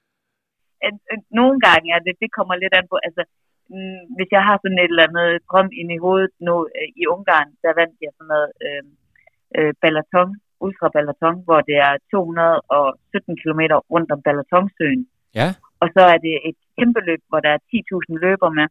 Nogle gange er det, det kommer lidt an på, altså, mm, hvis jeg har sådan et eller andet drøm ind i hovedet nu, øh, i Ungarn, der vandt jeg sådan noget øh, øh, Balaton, ultra Balaton, hvor det er to hundrede og sytten kilometer rundt om Balatonsøen. Ja. Og så er det et kæmpe løb, hvor der er ti tusind løber med.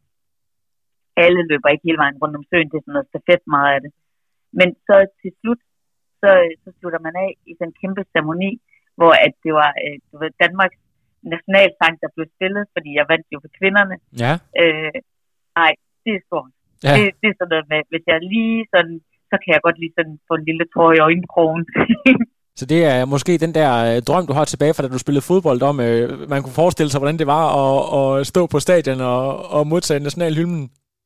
Alle løber ikke hele vejen rundt om søen, det er sådan noget stafet meget af det. Men så til slut, så, så slutter man af i sådan en kæmpe ceremoni, hvor at det var øh, du ved, Danmarks nationalsang, der blev spillet, fordi jeg vandt jo for kvinderne. Ja. Øh, ej, det er stort. Ja. Det, det er sådan noget med, hvis jeg lige sådan, så kan jeg godt lige sådan få en lille tår i øjenkrogen. Så det er måske den der øh, drøm, du har tilbage fra, da du spillede fodbold, om øh, man kunne forestille sig, hvordan det var at, at stå på stadion og, og modtage nationalhymnen.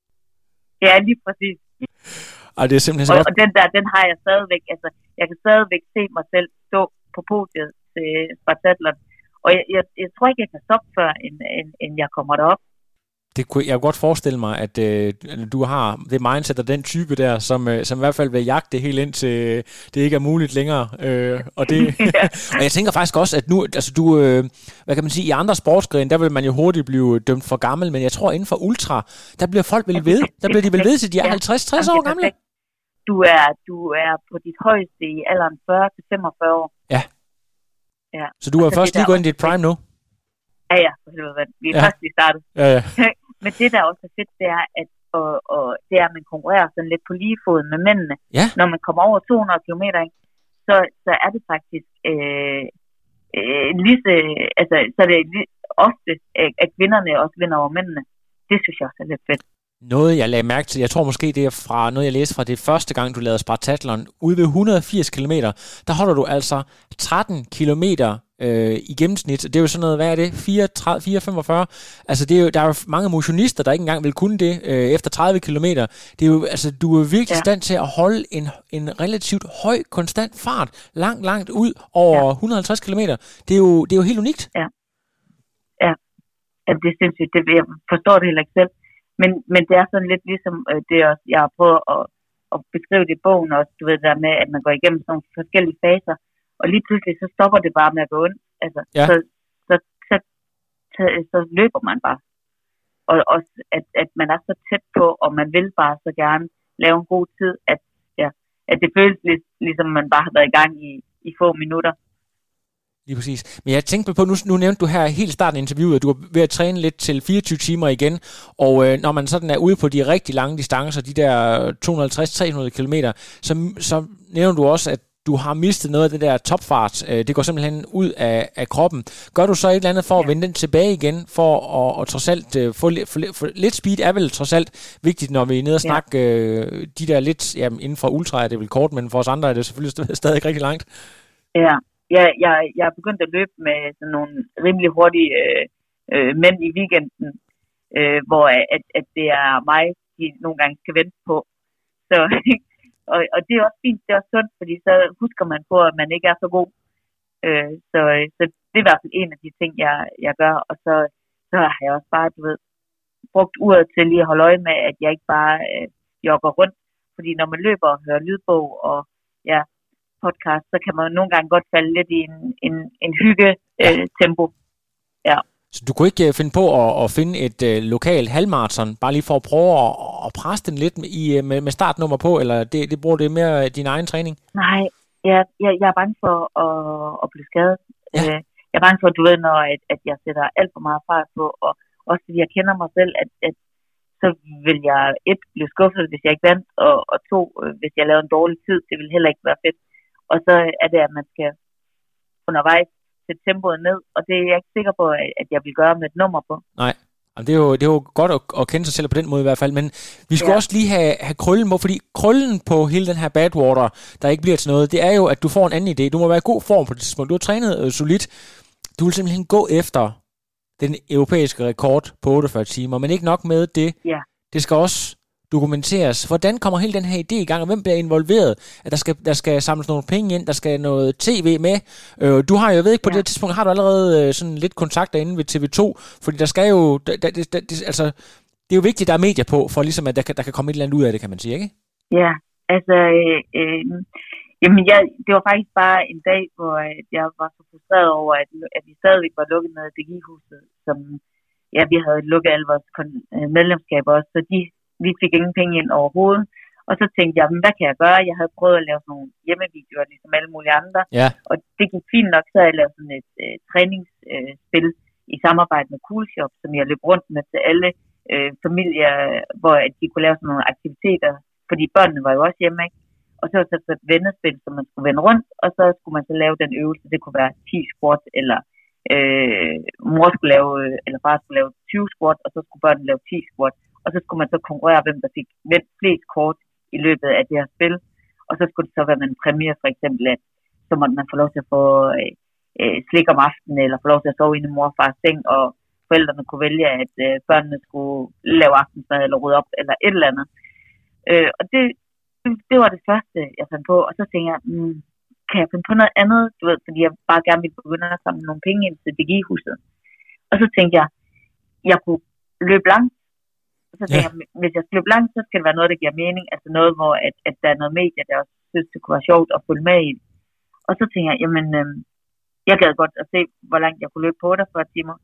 Ja, lige præcis. Ej, det er simpelthen så og, godt. Og den der, den har jeg stadigvæk, altså, jeg kan stadigvæk se mig selv stå på podiet til Spartathlon. Og jeg, jeg, jeg tror ikke, jeg kan stoppe før, end, end, end jeg kommer derop. Det kunne, jeg kunne godt forestille mig, at øh, du har det mindset og den type der, som, øh, som i hvert fald vil jagte det helt ind til det ikke er muligt længere. Øh, og, det, ja. Og jeg tænker faktisk også, at nu, altså du, øh, hvad kan man sige, i andre sportsgrene, der vil man jo hurtigt blive dømt for gammel, men jeg tror inden for ultra, der bliver folk vel ved. Der bliver de vel ved til, de er halvtreds til tres år gamle. Du er, du er på dit højeste i alderen fyrre til femogfyrre år. Ja. Ja. Så du er først lige gået ind i dit prime nu? Ja, ja, for helvede. Vi er ja. faktisk lige startet. Ja, ja. Men det, der også er fedt, det er, at, og, og, det er, at man konkurrerer sådan lidt på lige fod med mændene. Ja. Når man kommer over to hundrede kilometer, så, så er det faktisk øh, øh, lige så, altså, så er det lige, ofte, at kvinderne også vinder over mændene. Det synes jeg også er lidt fedt. Noget, jeg lagde mærke til, jeg tror måske, det er fra noget, jeg læste fra det første gang, du lavede Spartathlon. Ude ved et hundrede og firs kilometer, der holder du altså tretten kilometer øh, i gennemsnit. Det er jo sådan noget, hvad er det? fire femogfyrre? Altså, det er jo, der er jo mange motionister, der ikke engang vil kunne det øh, efter tredive kilometer. Det er jo, altså, du er virkelig i ja. stand til at holde en, en relativt høj, konstant fart langt, langt ud over ja. et hundrede og halvtreds kilometer. Det er jo, det er jo helt unikt. Ja. Ja. Ja, det er sindssygt. Det, jeg forstår det heller ikke selv. Men, men det er sådan lidt ligesom øh, det også, jeg har prøvet at, at beskrive det i bogen også, du ved, der med, at man går igennem sådan nogle forskellige faser, og lige pludselig så stopper det bare med at gå ondt. Altså, ja. så, så, så, så, så løber man bare. Og også, at, at man er så tæt på, og man vil bare så gerne lave en god tid, at, ja, at det føles lig, ligesom man bare har været i gang i, i få minutter. Lige præcis. Men jeg tænkte på, nu, nu nævnte du her helt starten af interviewet, at du er ved at træne lidt til fireogtyve timer igen, og øh, når man sådan er ude på de rigtig lange distancer, de der to hundrede og halvtreds til tre hundrede kilometer, så, så nævner du også, at du har mistet noget af det der topfart. Det går simpelthen ud af, af kroppen. Gør du så et eller andet for at vende den tilbage igen, for at, at trods alt få, for, for lidt speed er vel trods alt vigtigt, når vi er nede og snakke ja. øh, de der lidt, jamen inden for ultra er det vel kort, men for os andre er det selvfølgelig stadig rigtig langt. Ja. Jeg, jeg, jeg er begyndt at løbe med sådan nogle rimelig hurtige øh, øh, mænd i weekenden, øh, hvor at, at det er mig, de nogle gange skal vente på. Så, og, og det er også fint, det er også sundt, fordi så husker man på, at man ikke er så god. Øh, så, så det er i hvert fald en af de ting, jeg, jeg gør. Og så, så har jeg også bare, du ved, brugt uret til lige at holde øje med, at jeg ikke bare øh, jogger rundt. Fordi når man løber og hører lydbog og ja, podcast, så kan man nogle gange godt falde lidt i en, en, en hygge-tempo. Øh, ja. Så du kunne ikke finde på at, at finde et uh, lokalt halvmarathon, bare lige for at prøve at, at presse den lidt i, med, med startnummer på, eller det, det bruger det mere din egen træning? Nej, jeg, jeg, jeg er bange for at, at blive skadet. Ja. Jeg er bange for, at du ved, når at, at jeg sætter alt for meget fart på, og også fordi jeg kender mig selv, at, at så vil jeg et blive skuffet, hvis jeg ikke vandt, og, og to, hvis jeg laver en dårlig tid, det vil heller ikke være fedt. Og så er det, at man skal undervejs sætte tempoet ned, og det er jeg ikke sikker på, at jeg vil gøre med et nummer på. Nej. Det er, jo, det er jo godt at, at kende sig selv på den måde i hvert fald, men vi skulle ja. også lige have, have krøllen på, fordi krøllen på hele den her Badwater, der ikke bliver til noget, det er jo, at du får en anden idé. Du må være i god form på det tidspunkt. Du har trænet øh, solidt. Du vil simpelthen gå efter den europæiske rekord på otteogfyrre timer, men ikke nok med det. Ja. Det skal også dokumenteres. Hvordan kommer hele den her idé i gang, og hvem bliver involveret? At der skal, der skal samles nogle penge ind, der skal noget tv med. Øh, du har jo, jeg ved ikke, på ja. det her tidspunkt har du allerede øh, sådan lidt kontakter inde ved T V to, fordi der skal jo, der, der, der, det, altså, det er jo vigtigt, at der er medier på, for ligesom, at der kan, der kan komme et eller andet ud af det, kan man sige, ikke? Ja, altså, øh, øh, jamen, jeg, det var faktisk bare en dag, hvor jeg var så frustreret over, at, at vi stadigvæk var lukket med D G I-huset, som, ja, vi havde lukket alle vores medlemskaber også, så de vi fik ingen penge ind overhovedet. Og så tænkte jeg, hvad kan jeg gøre? Jeg havde prøvet at lave sådan nogle hjemmevideoer, ligesom alle mulige andre. Ja. Og det gik fint nok, så jeg lavede sådan et øh, træningsspil øh, i samarbejde med Coolshop, som jeg løb rundt med til alle øh, familier, hvor de kunne lave sådan nogle aktiviteter. Fordi børnene var jo også hjemme, ikke? Og så var det så et vendespil, som man skulle vende rundt, og så skulle man så lave den øvelse. Det kunne være ti squat, eller øh, mor skulle lave, eller far skulle lave tyve squat, og så skulle børnene lave ti squat. Og så skulle man så konkurrere, hvem der fik vendt flest kort i løbet af det her spil. Og så skulle det så være med en præmie, for eksempel, at så måtte man få lov til at få øh, slik om aftenen, eller få lov til at sove inde i mor og fars seng, og forældrene kunne vælge, at øh, børnene skulle lave aftensmad, eller rydde op, eller et eller andet. Øh, og det, det var det første, jeg fandt på. Og så tænkte jeg, mm, kan jeg finde på noget andet? Du ved, fordi jeg bare gerne ville begynde at samle nogle penge ind til D G I-huset. Og så tænkte jeg, jeg kunne løbe langt. Så tænkte ja. jeg, hvis jeg skal løbe langt, så skal det være noget, der giver mening. Altså noget, hvor at, at der er noget medie, der også synes, det kunne være sjovt at følge med i. Og så tænkte jeg, jamen, øh, jeg gad godt at se, hvor langt jeg kunne løbe på otteogfyrre timer.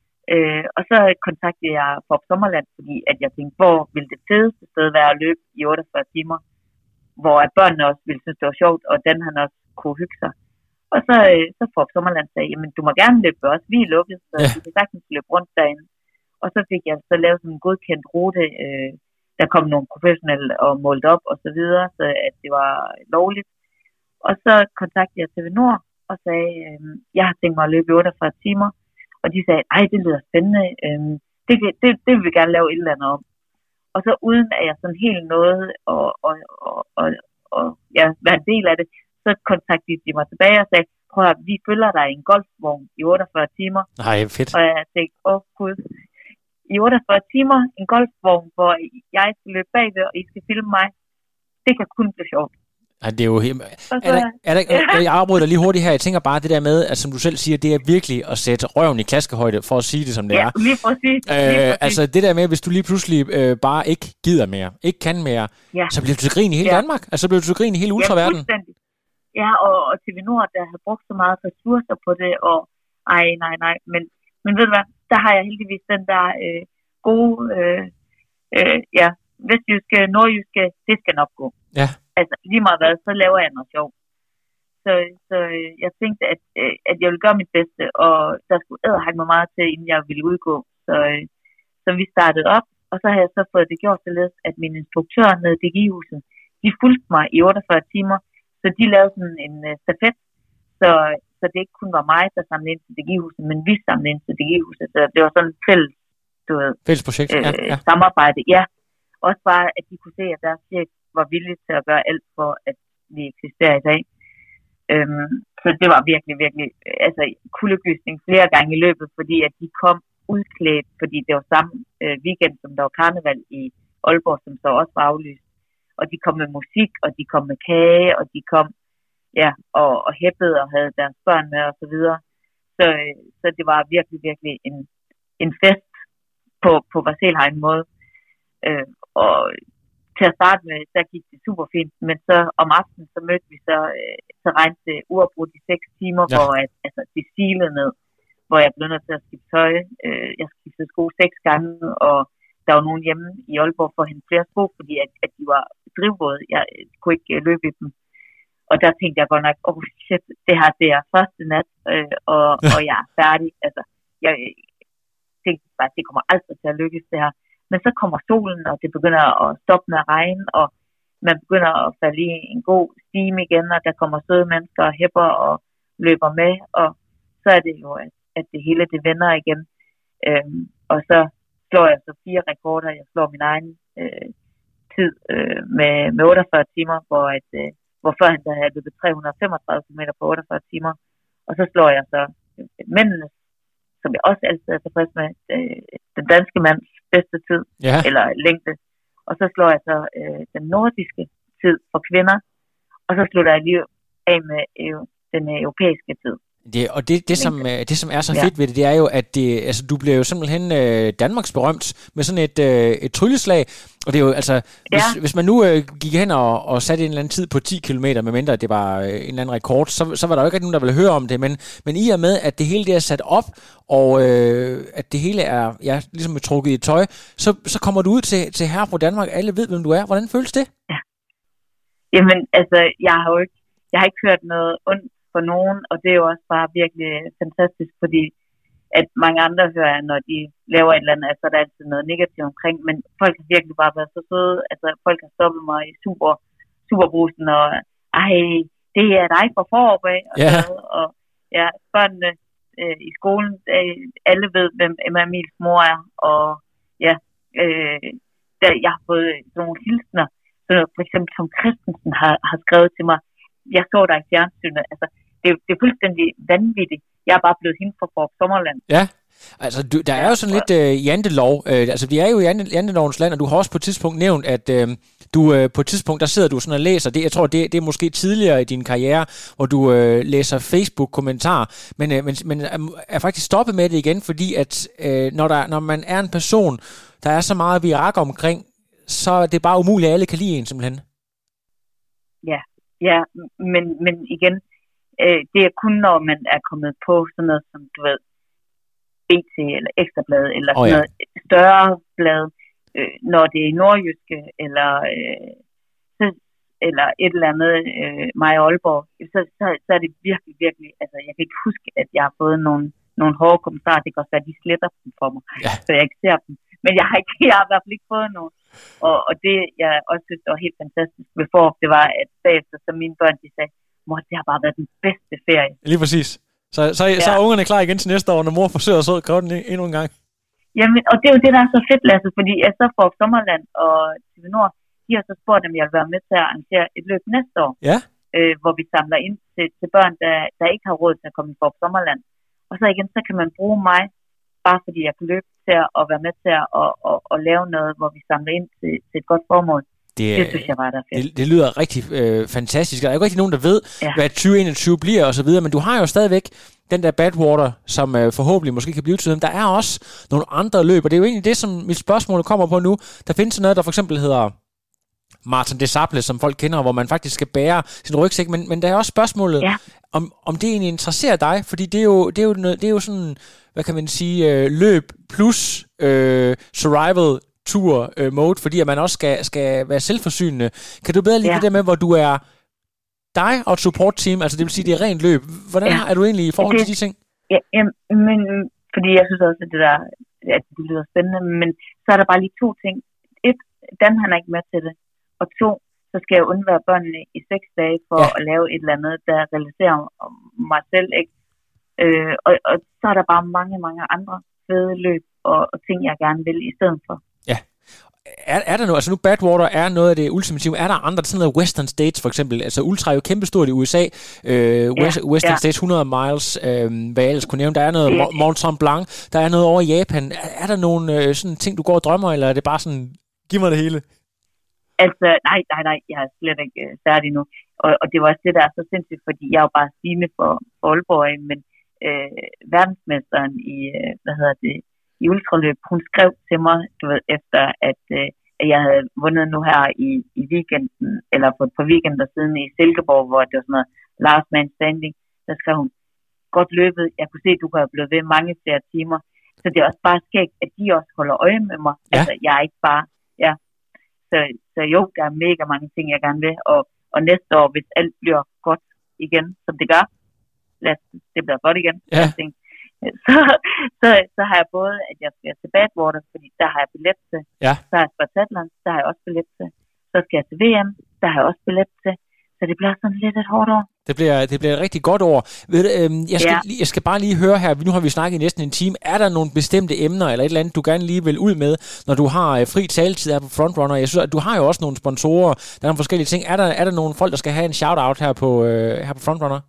Øh, og så kontaktede jeg Forbes Sommerland, fordi at jeg tænkte, hvor ville det fedeste sted være at løbe i otteogfyrre timer, hvor at børnene også ville synes, det var sjovt, og den han også kunne hygge sig. Og så, øh, så Forbes Sommerland sagde, jamen, du må gerne løbe også, vi er lukket, så ja. du kan sagtens løbe rundt derinde. Og så fik jeg så lavet sådan en godkendt rute, øh, der kom nogle professionelle og målte op og så videre, så at det var lovligt. Og så kontaktede jeg T V Nord og sagde, øh, jeg har tænkt mig at løbe i otteogfyrre timer. Og de sagde, ej, det lyder spændende, øh, det, det, det vil vi gerne lave et eller andet om. Og så uden at jeg sådan helt nåede og, og, og, og, og ja, være en del af det, så kontaktede de mig tilbage og sagde, prøv at vi følger dig i en golfvogn i otteogfyrre timer. Nej, fedt. Og jeg tænkte, åh oh, gud, i otteogfyrre timer, en golfvogn, hvor jeg skal løbe bagved, og I skal filme mig. Det kan kun blive sjovt. Ja, det er jo helt... Er der, er der, ja. Jeg afbryder dig lige hurtigt her. Jeg tænker bare det der med, at som du selv siger, det er virkelig at sætte røven i klaskehøjde, for at sige det, som det ja, er. Lige præcis. Øh, lige præcis. Altså det der med, hvis du lige pludselig øh, bare ikke gider mere, ikke kan mere, ja. så bliver du til grin i hele ja. Danmark. Altså så bliver du til grin i hele ultraverden. Ja, ja, og, og T V Nord, der har brugt så meget ressourcer på det, og ej, nej, nej. Men, men ved du hvad, der har jeg heldigvis den der øh, gode, øh, øh, ja, vestjyske, nordjyske, det skal nok gå. Ja. Altså lige meget hvad, så laver jeg noget sjovt. Så, så øh, jeg tænkte, at, øh, at jeg ville gøre mit bedste, og der skulle æderhække mig meget til, inden jeg ville udgå. Så, øh, så vi startede op, og så har jeg så fået det gjort således, at min instruktør nede i D G I-huset, de fulgte mig i otteogfyrre timer, så de lavede sådan en uh, stafet, så, så det ikke kun var mig, der samlede ind til D G I-huset, men vi samlede ind til D G I-huset, så det var sådan et fælles, du ved, fælles projekt, øh, ja, ja. samarbejde. Ja, også bare, at de kunne se, at deres chef var villig til at gøre alt for, at vi eksisterer i dag. Øhm, så det var virkelig, virkelig, altså kuldegysning flere gange i løbet, fordi at de kom udklædt, fordi det var samme øh, weekend, som der var karneval i Aalborg, som så også var aflyst. Og de kom med musik, og de kom med kage, og de kom, ja, og, og hæppede og havde deres børn med, og så videre. Så, så det var virkelig, virkelig en, en fest på, på Varselheim måde. Øh, og til at starte med, der gik det super fint, men så om aftenen, så mødte vi så, øh, så regnede det uafbrudt i seks timer, ja. hvor at, altså, det silede ned, hvor jeg blev nødt til at skifte tøj. Øh, jeg skiftede sko seks gange, og der var nogen hjemme i Aalborg for at hente flere sko, fordi at, at de var drivvåde. Jeg kunne ikke øh, løbe i dem. Og der tænkte jeg godt nok, åh oh shit, det her det er første nat, øh, og, og jeg er færdig. Altså, jeg tænkte bare, det kommer aldrig til at lykkes det her. Men så kommer solen, og det begynder at stoppe med at regne, og man begynder at falde i en god stime igen, og der kommer søde mennesker og hæpper og løber med, og så er det jo, at, at det hele det vender igen. Øhm, og så slår jeg så fire rekorder. Jeg slår min egen øh, tid øh, med, med otteogfyrre timer, hvor, at, øh, hvor før han der havde løbet tre hundrede og femogtredive kilometer på otteogfyrre timer. Og så slår jeg så øh, mændene, som jeg også altid er tilfreds med, øh, den danske mands bedste tid, ja. Eller længde. Og så slår jeg så øh, den nordiske tid for kvinder, og så slutter jeg lige af med øh, den europæiske tid. Det, og det, det, som, det, som er så fedt ja. ved det, det er jo, at det, altså, du bliver jo simpelthen øh, Danmarks berømt med sådan et, øh, et trylleslag. Og det er jo altså, hvis, ja. hvis man nu øh, gik hen og, og satte en eller anden tid på ti kilometer, medmindre det var øh, en eller anden rekord, så, så var der jo ikke nogen, der ville høre om det. Men, men i og med, at det hele det er sat op, og øh, at det hele er ja, ligesom trukket i tøj, så, så kommer du ud til, til Herrebro Danmark, alle ved, hvem du er. Hvordan føles det? Ja. Jamen, altså, jeg har jo ikke, jeg har ikke hørt noget ondt for nogen, og det er jo også bare virkelig fantastisk, fordi at mange andre hører, når de laver et eller andet, altså der er altid noget negativt omkring, men folk har virkelig bare været så søde, altså folk har stoppet mig i super, superbrusen, og ej, det er dig fra Fårup af, og, yeah. så, og ja, børnene øh, i skolen, øh, alle ved, hvem Emma Emils mor er, og ja, øh, der, jeg har fået nogle hilsner, så for eksempel Tom Christensen har, har skrevet til mig, jeg så dig i fjernsynet, altså det, det er fuldstændig vanvittigt. Jeg er bare blevet hende fra Fårup Sommerland. Ja, altså du, der er jo sådan lidt øh, jantelov. Øh, altså vi er jo i jantelovens land, og du har også på et tidspunkt nævnt, at øh, du øh, på et tidspunkt, der sidder du sådan og læser. Det, jeg tror, det, det er måske tidligere i din karriere, hvor du øh, læser Facebook-kommentarer, men, øh, men, men er faktisk stoppet med det igen, fordi at øh, når, der, når man er en person, der er så meget virak omkring, så er det bare umuligt, at alle kan lide en simpelthen. Ja, ja, men, men igen, øh, det er kun, når man er kommet på sådan noget som, du ved, B T eller Ekstrabladet, eller sådan oh, ja. noget større blad, øh, når det er nordjyske, eller, øh, eller et eller andet, øh, mig og Aalborg, så, så, så er det virkelig, virkelig, altså jeg kan ikke huske, at jeg har fået nogle, nogle hårde kommentarer, det kan også være, at de sletter dem for mig, ja. så jeg ikke ser dem. Men jeg har, ikke, jeg har i hvert fald ikke fået nogen. Og, og det, jeg også synes, det var helt fantastisk ved Fårup, det var, at bagefter, så mine børn, de sagde, mor, det har bare været den bedste ferie. Lige præcis. Så, så, ja. så er ungerne klar igen til næste år, når mor forsøger at så kræve den endnu en gang. Jamen, og det er jo det, der er så fedt, Lasse, fordi jeg så får Sommerland og T V Nord, de har så spurgt, om jeg vil være med til at arrangere et løb næste år, ja. øh, hvor vi samler ind til, til børn, der, der ikke har råd til at komme i Fårup Sommerland. Og så igen, så kan man bruge mig, bare fordi jeg kan løbe til at være med til at, at, at, at lave noget, hvor vi samler ind til, til et godt formål. Det, det synes jeg bare, der er fedt. Det, det lyder rigtig øh, fantastisk. Der er jo ikke rigtig nogen, der ved, ja. hvad tyve enogtyve bliver og så videre, men du har jo stadigvæk den der Badwater, som øh, forhåbentlig måske kan blive til dem. Der er også nogle andre løb, og det er jo egentlig det, som mit spørgsmål kommer på nu. Der findes noget, der for eksempel hedder Martin des Sables, som folk kender, hvor man faktisk skal bære sin rygsæk, men, men der er også spørgsmålet, ja. om, om det egentlig interesserer dig, fordi det er jo, det er jo, noget, det er jo sådan, hvad kan man sige, øh, løb plus øh, survival tur øh, mode, fordi at man også skal, skal være selvforsynende. Kan du bedre lide ja. det der med, hvor du er dig og et support team, altså det vil sige, det er rent løb. Hvordan ja. er du egentlig i forhold det, til de ting? Ja, men fordi jeg synes også, at det der, at det lyder spændende, men så er der bare lige to ting. Et, Dan han er ikke med til det, og to, så skal jeg undvære børnene i seks dage for ja. at lave et eller andet, der realiserer mig selv, ikke? Øh, og, og så er der bare mange, mange andre fede løb og, og ting, jeg gerne vil i stedet for. Ja. Er, er der noget, altså nu Badwater er noget af det ultimative, er der andre, sådan noget Western States for eksempel, altså ultra er jo kæmpestort i U S A, øh, West, ja, Western ja. States hundrede miles, øh, hvad jeg ellers kunne nævne, der er noget ja. Mont Tremblant Blanc, der er noget over i Japan, er, er der nogle øh, sådan ting, du går og drømmer, eller er det bare sådan, giv mig det hele? Altså, nej, nej, nej, jeg er slet ikke øh, færdig nu, og, og det var også det, der er så sindssygt, fordi jeg er jo bare Stine for, for Aalborg, men øh, verdensmesteren i, øh, hvad hedder det, i ultraløb, hun skrev til mig, du ved, efter at, øh, at jeg havde vundet nu her i, i weekenden, eller for et par weekender siden i Silkeborg, hvor det var sådan noget last man standing, der skrev hun, godt løbet, jeg kunne se, at du kan have blevet ved mange flere timer, så det er også bare skægt, at de også holder øje med mig, ja. altså jeg er ikke bare, ja, så, så jo, der er mega mange ting, jeg gerne vil, og, og næste år, hvis alt bliver godt igen, som det gør, lad os, det bliver godt igen, ja. Så, så, så har jeg både, at jeg skal til Badwater, fordi der har jeg billet til. Ja. Så har jeg Spartatland, der har jeg også billet til. Så skal jeg til V M, der har jeg også billet til. så det bliver sådan lidt et hårdt år. Det bliver, det bliver et rigtig godt år. Ved du, øhm, jeg, skal, ja. jeg skal bare lige høre her, nu har vi snakket i næsten en time, er der nogle bestemte emner, eller et eller andet, du gerne lige vil ud med, når du har øh, fri taletid her på Frontrunner? Jeg synes, at du har jo også nogle sponsorer, der er nogle forskellige ting. Er der, er der nogle folk, der skal have en shout-out her på, øh, her på Frontrunner?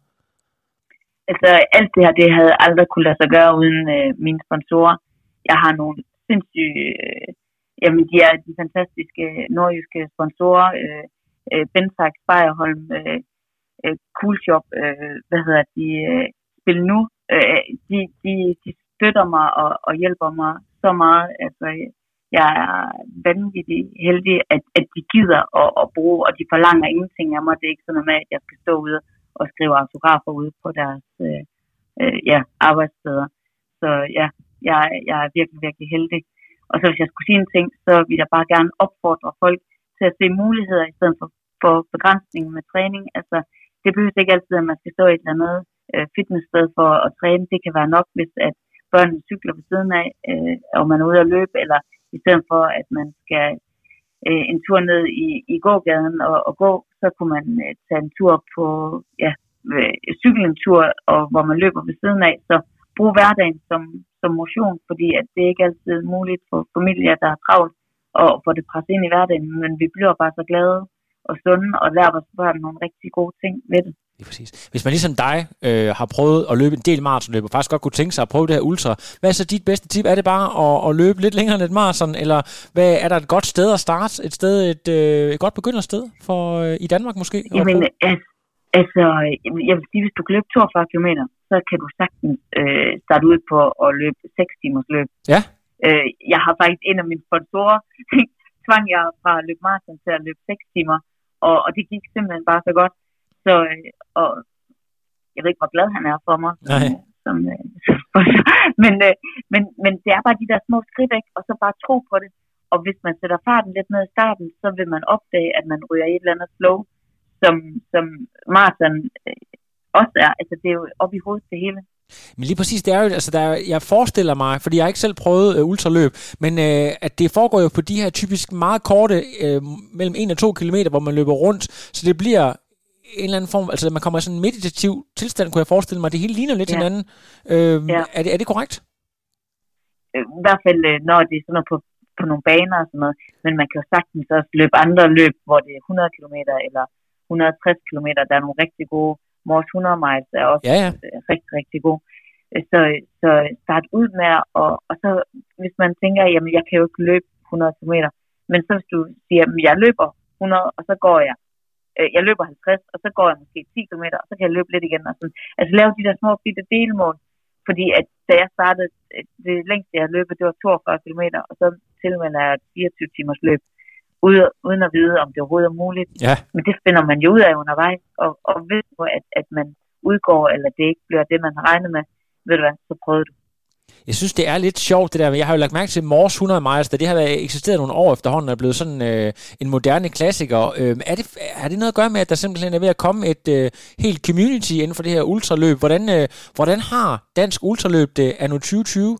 Altså, alt det her, det havde aldrig kunne lade sig gøre uden øh, mine sponsorer. Jeg har nogle sindssyge, øh, jamen de er de fantastiske nordjyske sponsorer, øh, øh, Bentax, Beierholm, øh, øh, Coolshop, øh, hvad hedder de, øh, Spil Nu, øh, de, de, de støtter mig og, og hjælper mig så meget. Altså, jeg er vanvittig heldig, at, at de gider at, at bruge, og de forlanger ingenting af mig. Det er ikke sådan noget med, at jeg skal stå ude og skrive autografer ude på deres øh, øh, ja, arbejdssteder. Så ja, jeg, jeg er virkelig, virkelig heldig. Og så hvis jeg skulle sige en ting, så vil jeg bare gerne opfordre folk til at se muligheder i stedet for, for begrænsningen med træning. Altså, det behøver ikke altid, at man skal stå i et eller andet øh, fitnesssted for at træne. Det kan være nok, hvis at børnene cykler ved siden af, øh, og man er ude at løbe, eller i stedet for, at man skal øh, en tur ned i, i gågaden og, og gå, så kunne man øh, tage en tur på, ja, øh, cykle en tur, og, hvor man løber ved siden af. Så brug hverdagen som, som motion, fordi at det ikke altid er muligt for familier, der er travlt, og få det presset ind i hverdagen, men vi bliver bare så glade og sunde, og lærer vores børn nogle rigtig gode ting ved det. Det er præcis. Hvis man ligesom dig øh, har prøvet at løbe en del maratonløb, og faktisk godt kunne tænke sig at prøve det her ultra, hvad er så dit bedste tip? Er det bare at, at løbe lidt længere end et maraton, eller hvad, er der et godt sted at starte? Et sted, et, øh, et godt begyndersted for, øh, i Danmark måske? Jamen, altså, jeg vil sige, hvis du kan løbe toogfyrre kilometer, så kan du sagtens øh, starte ud på at løbe seks timers løb. Ja. Øh, jeg har faktisk en af mine sponsorer, tvang jeg fra at løbe maraton til at løbe seks timer, og, og det gik simpelthen bare så godt. Så, og jeg ved ikke, hvor glad han er for mig. Nej. Som, som, men, men, men det er bare de der små skridt, ikke? Og så bare tro på det. Og hvis man sætter farten lidt ned i starten, så vil man opdage, at man ryger i et eller andet flow, som, som maraton også er. Altså, det er jo op i hovedet det hele. Men lige præcis, det er jo, altså der er, jeg forestiller mig, fordi jeg har ikke selv prøvet øh, ultraløb, men øh, at det foregår jo på de her typisk meget korte, øh, mellem en og to kilometer, hvor man løber rundt, så det bliver en eller anden form, altså man kommer i sådan en meditativ tilstand, kunne jeg forestille mig, det hele ligner lidt ja. hinanden. Øh, ja. er, det, er det korrekt? I hvert fald, når det er sådan noget på, på nogle baner og sådan noget, men man kan jo sagtens også løbe andre løb, hvor det er hundrede kilometer eller et hundrede og tres kilometer, der er nogle rigtig gode. Mors hundrede miles er også ja, ja. rigtig, rigtig god. Så, så start ud med, og, og så hvis man tænker, jamen jeg kan jo ikke løbe hundrede kilometer, men så hvis du siger, jamen jeg løber hundrede, og så går jeg, øh, jeg løber halvtreds, og så går jeg måske ti kilometer, og så kan jeg løbe lidt igen. Og sådan. Altså lave de der små bitte delmål, fordi at da jeg startede, det længste jeg løbet, det var toogfyrre kilometer, og så tilmelder jeg et fireogtyve timers løb. Uden at vide, om det overhovedet er muligt. Ja. Men det finder man jo ud af undervejs. Og, og ved du, at, at man udgår, eller det ikke bliver det, man har regnet med, ved du hvad, så prøver du. Jeg synes, det er lidt sjovt, det der. Jeg har jo lagt mærke til Mors hundrede miles, da det har eksisteret nogle år efterhånden, og er blevet sådan øh, en moderne klassiker. Øh, er, det, er det noget at gøre med, at der simpelthen er ved at komme et øh, helt community inden for det her ultraløb? Hvordan, øh, hvordan har dansk ultraløb det anno tyve tyve?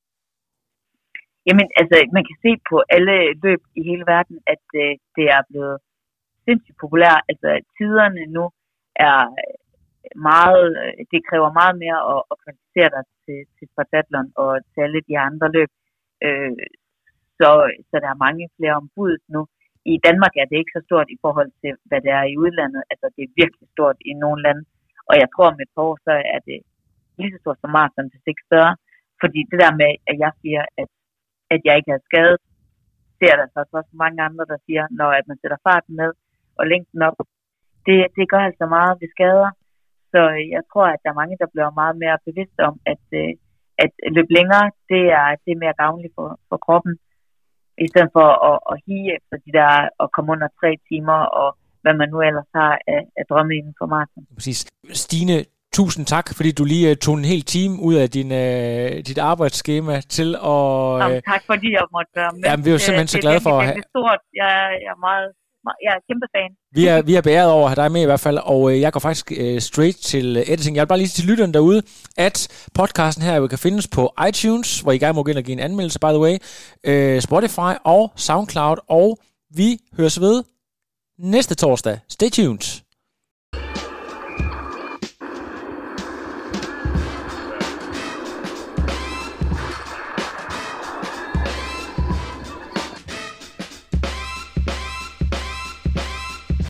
Jamen, altså, man kan se på alle løb i hele verden, at øh, det er blevet sindssygt populært. Altså, tiderne nu er meget, det kræver meget mere at, at kvalificere dig til, til Spartathlon og til alle de andre løb. Øh, så, så der er mange flere ombud nu. I Danmark er det ikke så stort i forhold til, hvad det er i udlandet. Altså, det er virkelig stort i nogle lande. Og jeg tror, om et par år, så er det lige så stort som maraton, hvis ikke større. Fordi det der med, at jeg siger, at at jeg ikke har skadet, ser der så også mange andre, der siger, når at man sætter farten ned og længden op. Det, det gør altså meget ved skader. Så jeg tror, at der er mange, der bliver meget mere bevidste om, at, at løbe længere, det er, det er mere gavnligt for, for kroppen, i stedet for at, at hige efter de der, at komme under tre timer, og hvad man nu ellers har af, af drømme inden for maraton. Præcis. Stine, tusind tak, fordi du lige uh, tog en hel time ud af din, uh, dit arbejdsskema til at... Uh, Jamen, tak fordi jeg måtte være med. Jamen, vi er jo simpelthen så glade for at have... Det er stort. Jeg, jeg er meget... Jeg er kæmpe fan. Vi er, vi er beæret over at have dig med i hvert fald, og uh, jeg går faktisk uh, straight til uh, editing. Jeg vil bare lige til lytteren derude, at podcasten her kan findes på iTunes, hvor I gerne må gå ind og give en anmeldelse, by the way, uh, Spotify og SoundCloud, og vi høres ved næste torsdag. Stay tuned.